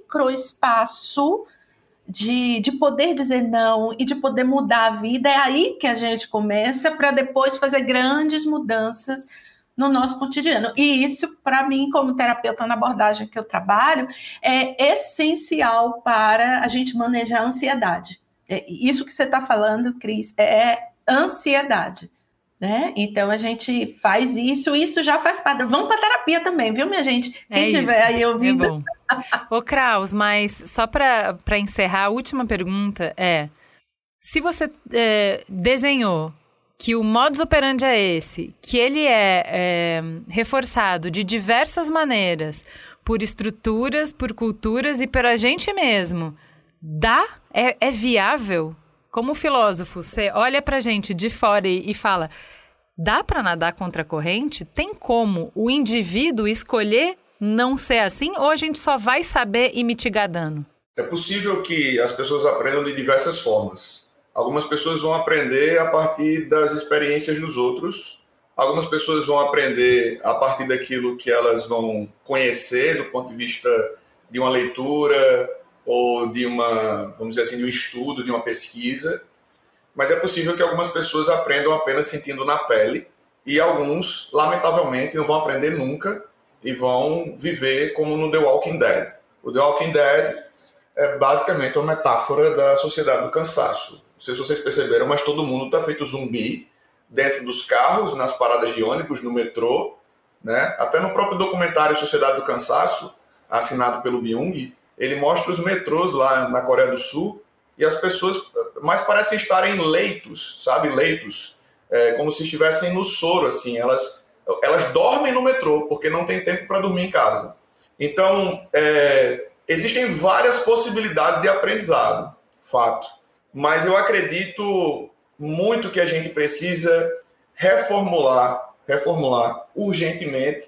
microespaço de poder dizer não e de poder mudar a vida, é aí que a gente começa para depois fazer grandes mudanças no nosso cotidiano. E isso, para mim, como terapeuta na abordagem que eu trabalho, é essencial para a gente manejar a ansiedade. Isso que você está falando, Cris, é ansiedade. Né? Então a gente faz isso já faz parte. Vamos para terapia também, viu, minha gente? Quem tiver aí ouvindo. É bom. Ô, Krauss, mas só para encerrar, a última pergunta Se você desenhou que o modus operandi é esse, que ele é reforçado de diversas maneiras, por estruturas, por culturas e pela gente mesmo, é viável? Como filósofo, você olha pra gente de fora e fala, dá pra nadar contra a corrente? Tem como o indivíduo escolher não ser assim? Ou a gente só vai saber e mitigar dano? É possível que as pessoas aprendam de diversas formas. Algumas pessoas vão aprender a partir das experiências dos outros. Algumas pessoas vão aprender a partir daquilo que elas vão conhecer do ponto de vista de uma leitura ou de vamos dizer assim, de um estudo, de uma pesquisa. Mas é possível que algumas pessoas aprendam apenas sentindo na pele e alguns, lamentavelmente, não vão aprender nunca e vão viver como no The Walking Dead. O The Walking Dead é basicamente uma metáfora da sociedade do cansaço. Não sei se vocês perceberam, mas todo mundo está feito zumbi dentro dos carros, nas paradas de ônibus, no metrô, né? Até no próprio documentário Sociedade do Cansaço, assinado pelo Byung, ele mostra os metrôs lá na Coreia do Sul e as pessoas mais parecem estarem em leitos, sabe? Leitos, como se estivessem no soro, assim. Elas dormem no metrô porque não tem tempo para dormir em casa. Então, existem várias possibilidades de aprendizado, fato. Mas eu acredito muito que a gente precisa reformular urgentemente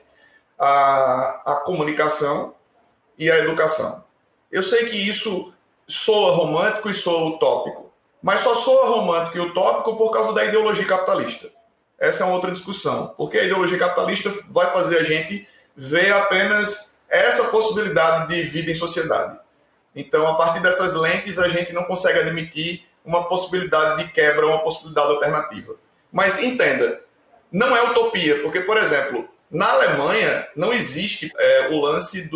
a comunicação e a educação. Eu sei que isso soa romântico e soa utópico, mas só soa romântico e utópico por causa da ideologia capitalista. Essa é uma outra discussão, porque a ideologia capitalista vai fazer a gente ver apenas essa possibilidade de vida em sociedade. Então, a partir dessas lentes, a gente não consegue admitir uma possibilidade de quebra, uma possibilidade alternativa. Mas entenda, não é utopia, porque, por exemplo, na Alemanha não existe o lance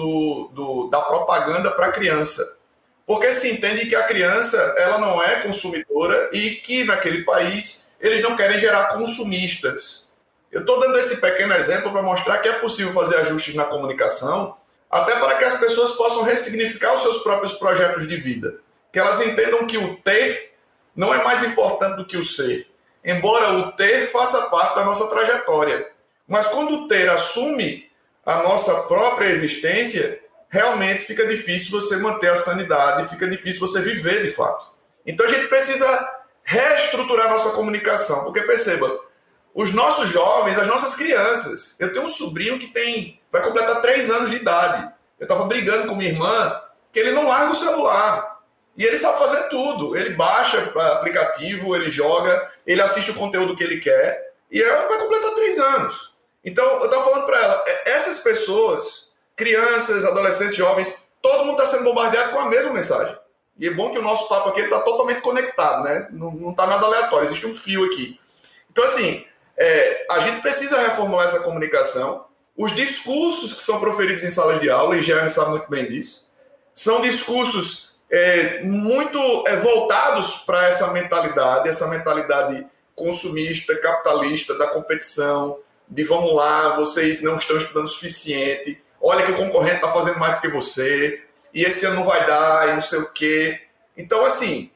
da propaganda para a criança, porque se entende que a criança ela não é consumidora e que naquele país eles não querem gerar consumistas. Eu estou dando esse pequeno exemplo para mostrar que é possível fazer ajustes na comunicação, até para que as pessoas possam ressignificar os seus próprios projetos de vida, que elas entendam que o ter não é mais importante do que o ser, embora o ter faça parte da nossa trajetória. Mas quando o ter assume a nossa própria existência, realmente fica difícil você manter a sanidade, fica difícil você viver de fato. Então a gente precisa reestruturar a nossa comunicação, porque perceba, os nossos jovens, as nossas crianças, eu tenho um sobrinho que vai completar 3 anos de idade. Eu estava brigando com minha irmã que ele não larga o celular. E ele sabe fazer tudo. Ele baixa aplicativo, ele joga, ele assiste o conteúdo que ele quer e ela vai completar 3 anos. Então, eu estava falando para ela, essas pessoas, crianças, adolescentes, jovens, todo mundo está sendo bombardeado com a mesma mensagem. E é bom que o nosso papo aqui está totalmente conectado, né? Não está nada aleatório, existe um fio aqui. Então, assim, a gente precisa reformular essa comunicação. Os discursos que são proferidos em salas de aula, e Jeane sabe muito bem disso, são discursos muito voltados para essa mentalidade consumista, capitalista, da competição, de vamos lá, vocês não estão estudando o suficiente, olha que o concorrente está fazendo mais do que você, e esse ano não vai dar, e não sei o quê. Então, assim,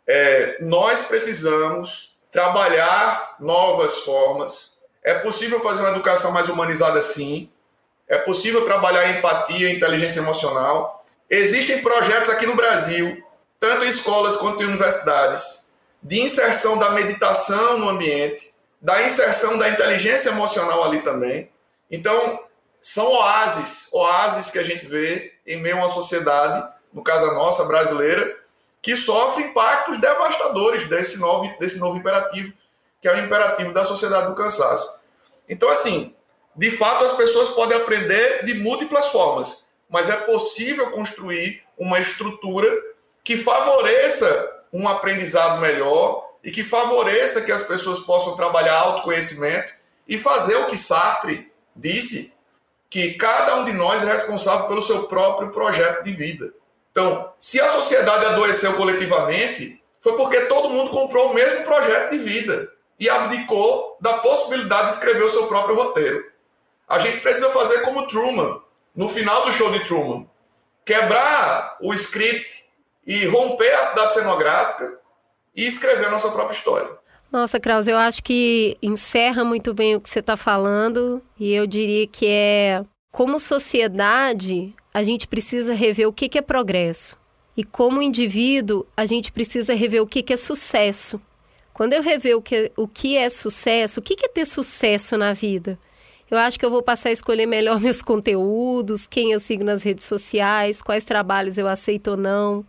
nós precisamos trabalhar novas formas. É possível fazer uma educação mais humanizada, sim. É possível trabalhar a empatia, a inteligência emocional. Existem projetos aqui no Brasil, tanto em escolas quanto em universidades, de inserção da meditação no ambiente, da inserção da inteligência emocional ali também. Então, são oásis que a gente vê em meio a uma sociedade, no caso a nossa, brasileira, que sofre impactos devastadores desse novo imperativo, que é o imperativo da sociedade do cansaço. Então, assim, de fato, as pessoas podem aprender de múltiplas formas, mas é possível construir uma estrutura que favoreça um aprendizado melhor e que favoreça que as pessoas possam trabalhar autoconhecimento e fazer o que Sartre disse, que cada um de nós é responsável pelo seu próprio projeto de vida. Então, se a sociedade adoeceu coletivamente, foi porque todo mundo comprou o mesmo projeto de vida e abdicou da possibilidade de escrever o seu próprio roteiro. A gente precisa fazer como Truman, no final do show de Truman, quebrar o script e romper a cidade cenográfica e escrever a nossa própria história. Nossa, Krause, eu acho que encerra muito bem o que você está falando, e eu diria que como sociedade, a gente precisa rever o que é progresso. E como indivíduo, a gente precisa rever o que é sucesso. Quando eu rever o que é sucesso, o que é ter sucesso na vida? Eu acho que eu vou passar a escolher melhor meus conteúdos, quem eu sigo nas redes sociais, quais trabalhos eu aceito ou não.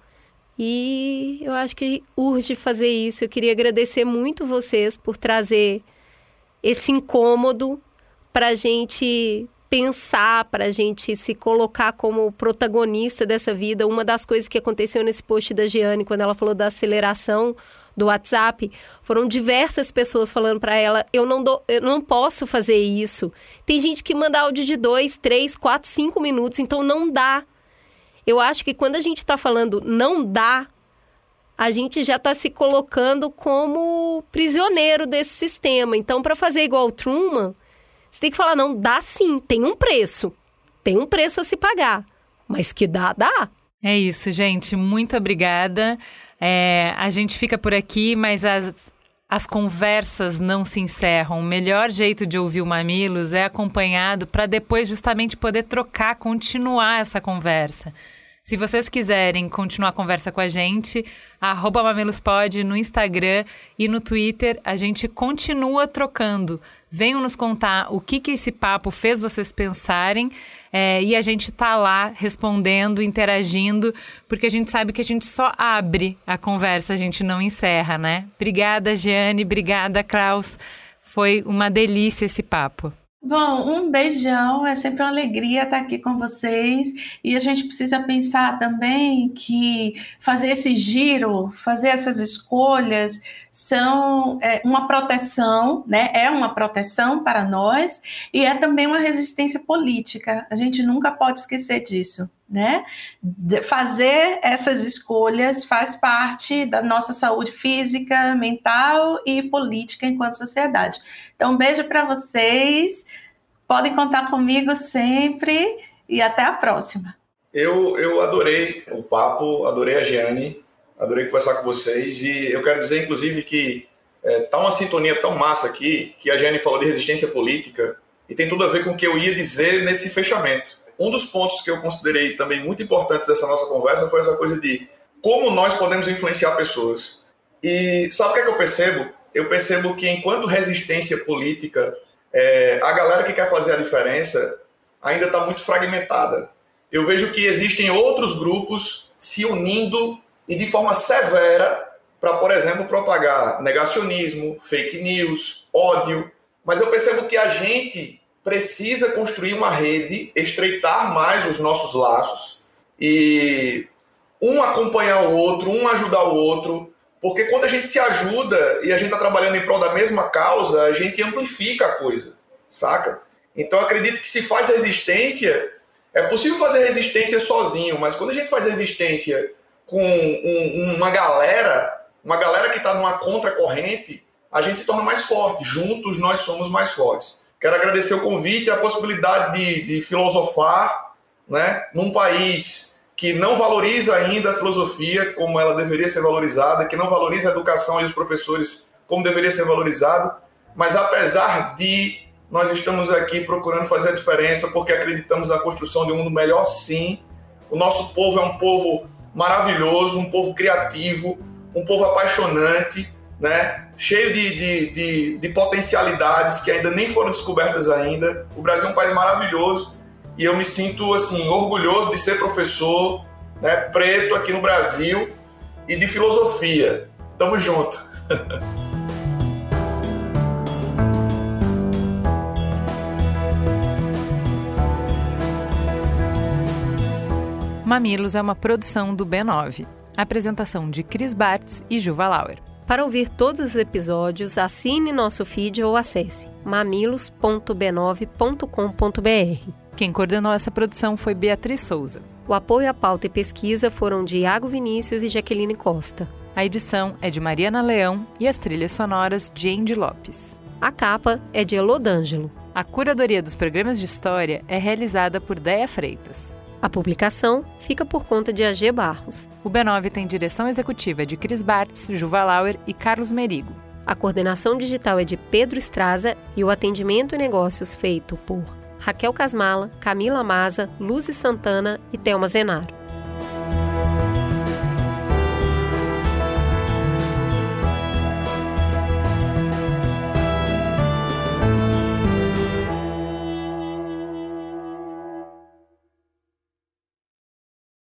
E eu acho que urge fazer isso. Eu queria agradecer muito vocês por trazer esse incômodo para a gente pensar, para a gente se colocar como protagonista dessa vida. Uma das coisas que aconteceu nesse post da Giane, quando ela falou da aceleração do WhatsApp, foram diversas pessoas falando para ela, eu não posso fazer isso. Tem gente que manda áudio de 2, 3, 4, 5 minutos, então não dá. Eu acho que quando a gente está falando não dá, a gente já está se colocando como prisioneiro desse sistema. Então, para fazer igual o Truman, você tem que falar, não, dá sim, tem um preço a se pagar, mas que dá. É isso, gente, muito obrigada. A gente fica por aqui, mas as conversas não se encerram. O melhor jeito de ouvir o Mamilos é acompanhado para depois justamente poder continuar essa conversa. Se vocês quiserem continuar a conversa com a gente, @mamilospod no Instagram e no Twitter, a gente continua trocando. Venham nos contar o que esse papo fez vocês pensarem e a gente tá lá respondendo, interagindo, porque a gente sabe que a gente só abre a conversa, a gente não encerra, né? Obrigada, Giane, obrigada, Krause. Foi uma delícia esse papo. Bom, um beijão, é sempre uma alegria estar aqui com vocês, e a gente precisa pensar também que fazer esse giro, fazer essas escolhas são uma proteção, né? É uma proteção para nós e é também uma resistência política, a gente nunca pode esquecer disso, né? Fazer essas escolhas faz parte da nossa saúde física, mental e política enquanto sociedade. Então, um beijo para vocês. Podem contar comigo sempre e até a próxima. Eu adorei o papo, adorei a Giane, adorei conversar com vocês e eu quero dizer, inclusive, que tá uma sintonia tão massa aqui, que a Giane falou de resistência política e tem tudo a ver com o que eu ia dizer nesse fechamento. Um dos pontos que eu considerei também muito importantes dessa nossa conversa foi essa coisa de como nós podemos influenciar pessoas. E sabe o que é que eu percebo? Eu percebo que enquanto resistência política, a galera que quer fazer a diferença ainda está muito fragmentada. Eu vejo que existem outros grupos se unindo e de forma severa para, por exemplo, propagar negacionismo, fake news, ódio. Mas eu percebo que a gente precisa construir uma rede, estreitar mais os nossos laços e um acompanhar o outro, um ajudar o outro. Porque quando a gente se ajuda e a gente está trabalhando em prol da mesma causa, a gente amplifica a coisa, saca? Então, eu acredito que se faz resistência, é possível fazer resistência sozinho, mas quando a gente faz resistência com uma galera que está numa contracorrente, a gente se torna mais forte. Juntos, nós somos mais fortes. Quero agradecer o convite e a possibilidade de filosofar, né, num país que não valoriza ainda a filosofia como ela deveria ser valorizada, que não valoriza a educação e os professores como deveria ser valorizado, mas apesar de nós estamos aqui procurando fazer a diferença porque acreditamos na construção de um mundo melhor, sim. O nosso povo é um povo maravilhoso, um povo criativo, um povo apaixonante, né? Cheio de potencialidades que ainda nem foram descobertas ainda. O Brasil é um país maravilhoso. E eu me sinto assim, orgulhoso de ser professor, né, preto aqui no Brasil e de filosofia. Tamo junto. Mamilos é uma produção do B9. Apresentação de Cris Bartz e Juva Lauer. Para ouvir todos os episódios, assine nosso feed ou acesse mamilos.b9.com.br. Quem coordenou essa produção foi Beatriz Souza. O apoio à pauta e pesquisa foram de Iago Vinícius e Jaqueline Costa. A edição é de Mariana Leão e as trilhas sonoras de Andy Lopes. A capa é de Elô D'Angelo. A curadoria dos programas de história é realizada por Déia Freitas. A publicação fica por conta de AG Barros. O B9 tem direção executiva de Cris Bartz, Juva Lauer e Carlos Merigo. A coordenação digital é de Pedro Estraza e o atendimento e negócios feito por Raquel Casmala, Camila Maza, Luzi Santana e Thelma Zenaro.